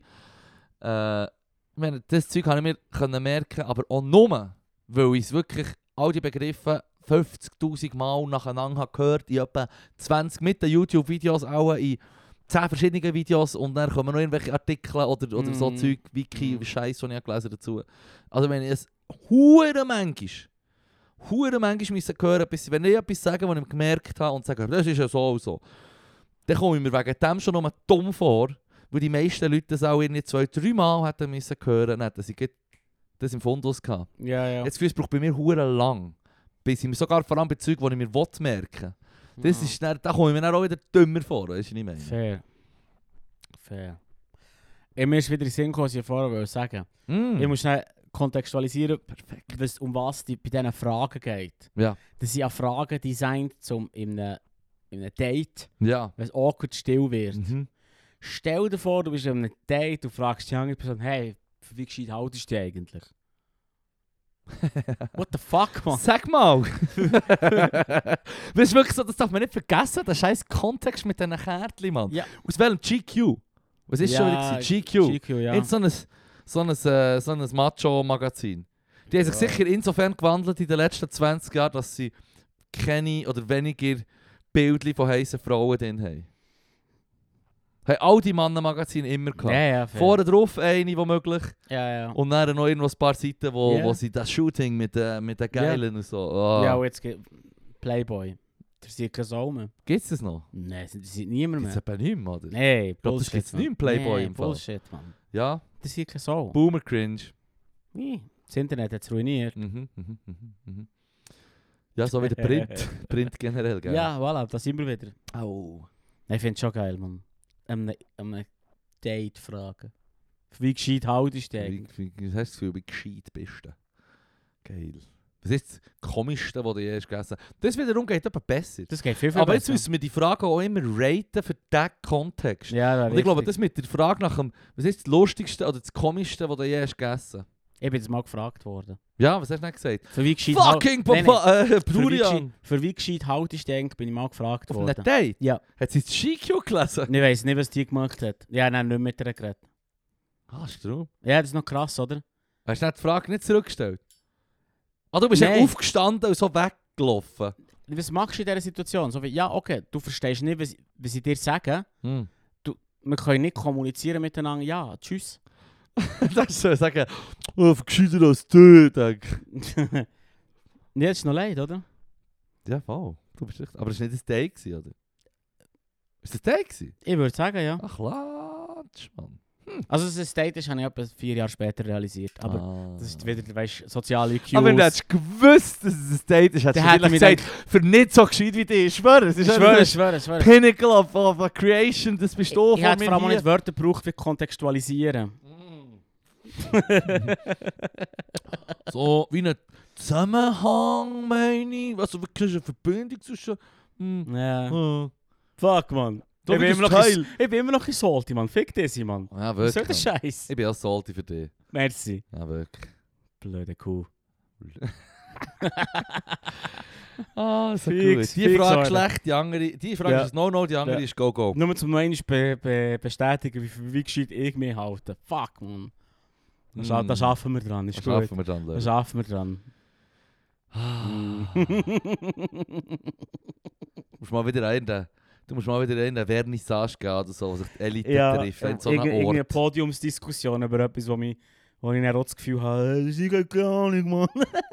Das Zeug habe ich mir können merken, aber auch nur, weil ich es wirklich all die Begriffe 50'000 Mal nacheinander habe gehört, in etwa 20 mit den YouTube-Videos, auch in 10 verschiedenen Videos und dann kommen noch irgendwelche Artikel oder so Zeug, Wiki, Scheiß, die ich gelesen dazu. Also wenn ich es hure manchmal müssen hören, wenn ich etwas sage, was ich gemerkt habe und sage, das ist ja so und so, dann komme ich mir wegen dem schon noch dumm vor, weil die meisten Leute das auch irgendwie 2-3 Mal hätten müssen hören, dann hätten sie das im Fundus gehabt. Ja. Jetzt es braucht bei mir hure lang, bis ich mir sogar vor allem bei Zeug, die ich mir merken will. Das ist dann, da komme ich mir dann auch wieder dümmer vor, weißt du, was ich meine? Fair. Mir ist wieder in den Sinn gekommen, was ich vorher sagen wollte. Ich muss schnell kontextualisieren, um was es bei diesen Fragen geht. Ja. Das sind ja Fragen designt in einem Date, Ja. wenn es awkward still wird. Stell dir vor, du bist in einem Date und fragst die andere Person, hey, für wie gescheit haltest du dich eigentlich? What the fuck, man? Sag mal! Das ist wirklich so, das darf man nicht vergessen, der scheiß Kontext mit diesen Kärtchen, Mann. Ja. Aus welchem GQ? Was ist schon wieder gewesen? GQ. Ja. Jetzt so ein Macho-Magazin. Die haben sich sicher insofern gewandelt in den letzten 20 Jahren, dass sie keine oder weniger Bildchen von heißen Frauen drin haben. Haben all die Mannenmagazine immer gehabt. Ja, vorne drauf eine, womöglich. Ja. Und dann noch irgendwo ein paar Seiten, wo sie das Shooting mit den Geilen und so. Oh. Ja, und jetzt Playboy. Der sieht kein Sau mehr. Gibt es das noch? Nein, das sieht niemand Gibt mehr. es aber nicht mehr, oder? Nein, ich glaube, das gibt es nicht im Playboy im Fall. Bullshit, Mann. Ja? Das sieht kein Sau. Boomer Cringe. Das Internet hat es ruiniert. Ja, so wie der Print. Print generell, gell? Ja, voilà, da sind wir wieder. Oh. Ich finde es schon geil, Mann. Einem Date fragen. Wie gescheit haltest du dich eigentlich? Wie hast du das Gefühl, wie gescheit bist du? Geil. Was ist das Komischste, was du je hast gegessen hast? Das wiederum geht aber besser. Das geht viel Aber jetzt besser. müssen wir die Frage auch immer raten für diesen Kontext. Ja, Und ich glaube, das mit der Frage nach dem, was ist das Lustigste oder das Komischste, was du je hast gegessen? Ich bin jetzt mal gefragt worden. Ja, was hast du nicht gesagt? Für wie gescheit Fucking Nein, Brurian! für wie gescheit haltest du denk, bin ich mal gefragt Auf einem worden. Date? Ja. Hat sie das GQ gelesen? Ich weiss nicht, was die gemacht hat. Ja, nein, nicht mit ihr geredet. Ah, ist true. Ja, das ist noch krass, oder? Hast du nicht die Frage nicht zurückgestellt? Ah, du bist ja Nein. aufgestanden und so weggelaufen. Was machst du in dieser Situation? So wie, ja, okay, du verstehst nicht, was sie dir sagen. Hm. Wir können nicht kommunizieren miteinander. Ja, tschüss. Das soll sagen, oh, gescheiter als du, denk. Ja, das ist noch leid, oder? Ja, voll. Du bist richtig. Aber das war nicht das Date, gewesen, oder? Ist das Date? Gewesen? Ich würde sagen, ja. Ach, Latsch, Mann. Also, dass es ein Date ist, habe ich etwa 4 Jahre später realisiert. Aber das ist wieder, weißt du, soziale Cues. Aber wenn du hättest gewusst, dass es ein Date ist, hättest Dann du hätte vielleicht ich mir gesagt, für nicht so gescheit wie dich. Ich schwöre, es ist Ich schwöre. Pinnacle of a Creation, das bist du Ich hätte vor allem nicht Wörter gebraucht, wie kontextualisieren. So, wie ein Zusammenhang, meine ich. Also, wirklich eine Verbindung zwischen... Ja. Fuck, man. Da Ich bin, wird immer das noch Teil. ich bin immer noch in Salty, man. Fick das, man. Ja, Was soll wirklich. der Scheiß? Ich bin auch salty für dich. Merci. Ja, wirklich. Blöde Kuh. Ah, so Fix, gut. Die fix, Frage Alter. schlecht, die andere... Die Frage Ja. ist No-No, die andere Ja. ist Go-Go. Nur zum einen bestätigen, wie gescheit ich mich halte. Fuck, man. Da schaffen wir dran, ist Das gut. schaffen wir dann, Da Leute. schaffen wir dran. Du musst mal wieder in der Vernissage gehen oder so, wo sich die Elite Ja, trifft. In so einem irgendeine Ort. Podiumsdiskussion über etwas, wo ich dann auch das Gefühl habe, das ist keine Ahnung, Mann.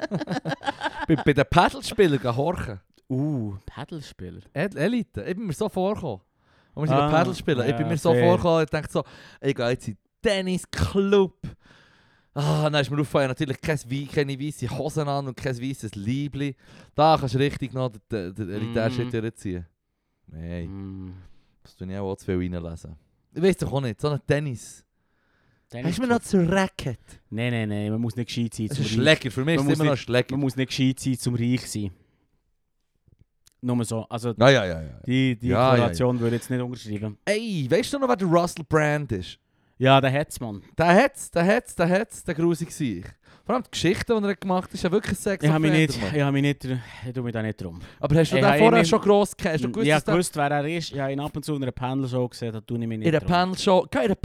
Bei den Paddlespielern gehen horchen. Paddlespieler. Elite, ich bin mir so vorgekommen. Und wir sind Ah, Paddlespielen. Ich bin ja, mir so fair. vorgekommen, ich dachte so, ich gehe jetzt in den Tennisclub. Dann ist mir aufgefallen, natürlich keine weisse Hosen an und kein weisses Liebli. Da kannst du richtig noch den Elitärschritt durchziehen. Nein, das tue ich auch zu viel reinlesen. Ich weiss doch auch nicht, so ein Tennis. Hast du mir noch zu Racket? Nein, man muss nicht gescheit sein Das zum ist ein Reich. Schläger, für mich Man ist es muss immer noch ein Schläger. Man muss nicht gescheit sein zum Reich sein. Nur so. Also Ja. die Ja, Korrelation würde ich jetzt nicht unterschreiben. Ey, weißt du noch, wer der Russell Brand ist? Ja, der hat's, Mann. Der hat's, der grusig sich. Vor allem die Geschichte, die er gemacht hat, ist ja wirklich Sex. Ich tue mich da nicht drum. Aber hast du Ich den habe vorher ihn- schon gross gekannt? Hast du gewusst, Ich dass habe der gewusst, wer er ist. Ich habe ihn ab und zu in einer Panel-Show gesehen, da tue ich mich nicht in einer drum. Panel-Show,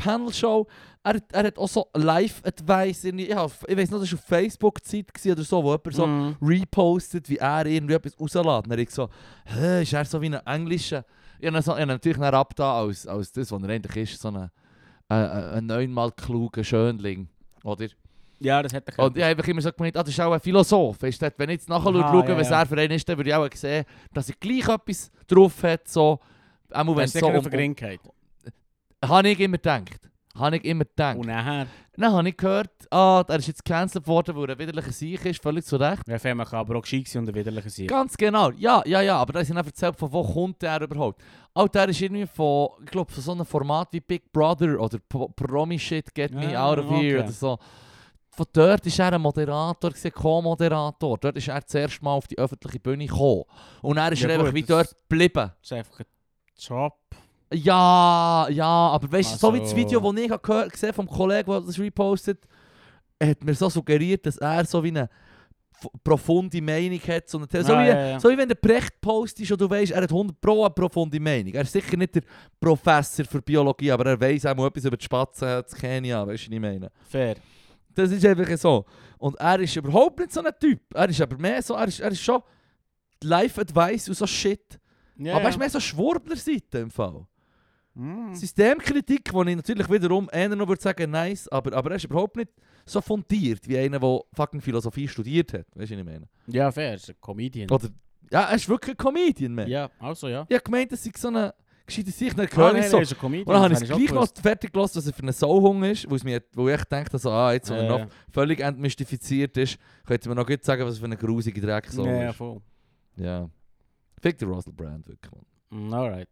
er hat auch so Live-Advice, ich weiss noch, das war auf Facebook-Zeit oder so, wo jemand so Mhm. repostet, wie er irgendwie etwas rauslässt. Dann habe ich so, ist er so wie ein englischer... Ich habe ihn natürlich nicht abgetan als das, was er eigentlich ist, so ein 9-mal kluger Schönling, oder? Ja, das hat er Und ich habe einfach immer so gemeint, das ist auch ein Philosoph. Weißt du, wenn ich jetzt nachher Aha, schaue, ja, was ja. er für einen ist, dann würde ich auch sehen, dass er gleich etwas drauf hat. So, auch wenn Das es ist so sicher eine Vergringkeit. habe ich immer gedacht. Und nachher? Dann habe ich gehört, er ist jetzt gecancelt worden, weil er ein widerlicher Sieg ist, völlig zu Recht. Ja, Femme kann aber auch gescheit sein und ein widerlicher sein. Ganz genau, ja, aber da ist dann erzählt, von wo kommt der überhaupt. Auch der ist irgendwie von, ich glaube, von so einem Format wie Big Brother oder Promi-Shit, Get Me Ah, Out of Here okay. oder so. Von dort war er ein Moderator, Co-Moderator. Dort ist er das erste Mal auf die öffentliche Bühne gekommen. Und er ist Ja, er einfach gut, wie das- dort geblieben. Das ist einfach ein Job. Ja, aber weißt du, so wie das Also- Video, das ich gesehen habe vom Kollegen, der das repostet, hat mir so suggeriert, dass er so wie eine profunde Meinung hat. So wie wenn der Precht postest und du weißt, er hat 100 Pro eine profunde Meinung. Er ist sicher nicht der Professor für Biologie, aber er weiss auch mal etwas über die Spatzen in Kenia, weißt du, was ich meine? Fair. Das ist einfach so. Und er ist überhaupt nicht so ein Typ. Er ist aber mehr so, er ist schon Life-Advice und so Shit. Ja, aber er ist mehr so Schwurbler-Seite im Fall. Mm. Systemkritik, die ich natürlich wiederum eher noch würde sagen, nice, aber er ist überhaupt nicht so fundiert wie einer, der fucking Philosophie studiert hat. Weißt du, was ich meine? Ja, fair. Er ist ein Comedian. Oder, ja, er ist wirklich ein Comedian, man. Ja, also ja. Ich habe gemeint, dass ich so eine gescheite Sicht nicht Ah, höre. nein, So. er ist ein Comedian. Und dann habe ich das es auch gleich noch gewusst. fertig gelassen, was er für eine Sauhung ist, wo ich denke, so, jetzt, wo er Ja, noch völlig entmystifiziert ist, könnte man noch gut sagen, was er für eine grusige Drecksau ja, ist. voll. Ja. Fick der Russell Brand wirklich, man. Alright.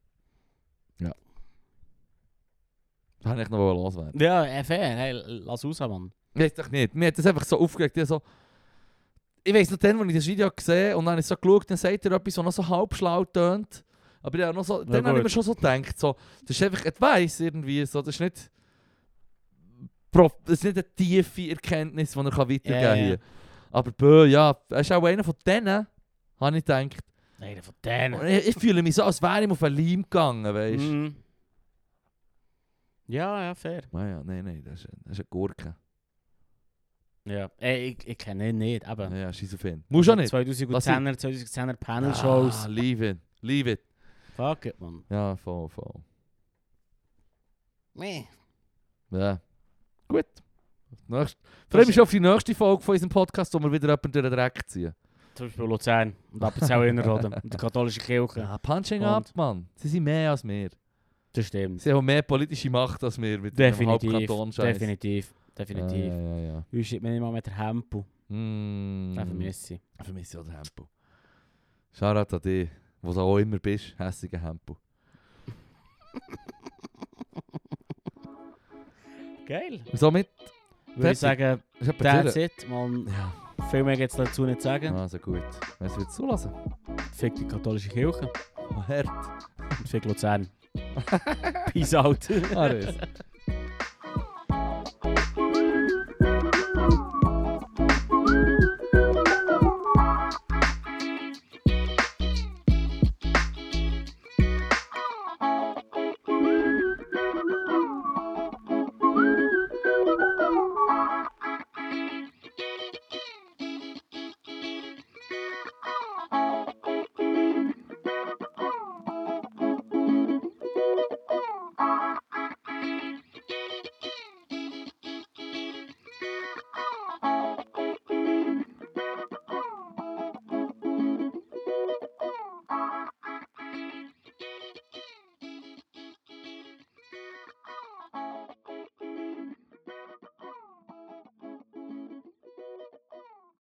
Das habe ich noch loswerden. Ja, fair. Hey, lass raus, Mann. Weiß doch nicht. Mir hat das einfach so aufgeregt. ich weiss noch dann, als ich das Video gesehen habe und dann habe ich so geschaut, dann sagt er etwas, das noch so halb schlau tönt. Aber ja, noch so, dann habe ich mir schon so gedacht, so, das ist einfach Advice irgendwie, so, das ist nicht... Das ist nicht eine tiefe Erkenntnis, die er weitergeben kann hier. Aber ja, er ist auch einer von denen, habe ich gedacht. Einer von denen. Ich fühle mich so, als wäre ich auf einen Leim gegangen, weißt du? Mhm. Ja, fair. Ja, nein, das ist eine Gurke. Ja, ich kenne ihn nicht, aber... Ja, schizophren. Muss auch nicht. 2010er Panel-Shows. Ah, leave it. Fuck it, man. Ja, voll. Meh. Ja. Gut. Freue mich schon auf die nächste Folge von unserem Podcast, wo wir wieder jemanden durch den Dreck ziehen. Zum Beispiel Luzern und Appenzell Innerrhoden und die katholische Kirche. Ja, punching up, Mann. Sie sind mehr als wir. Das stimmt. Sie haben mehr politische Macht als wir mit dem Halbkanton-Scheiß. Definitiv. Ja. Wie steht mir nicht mal mit der Hempel? Den Den vermisse ich. vermisse ich auch den Hempel. Shoutout an dich, wo du auch immer bist, hässiger Hempel. Geil. Und somit Würde ich sagen, ist etwa that's durch. it. Man, Ja, viel mehr gibt es dazu nicht sagen. also gut. Wenn es wieder zulassen. Fick die katholische Kirche Hart. und fick Luzern. Peace out. Alles.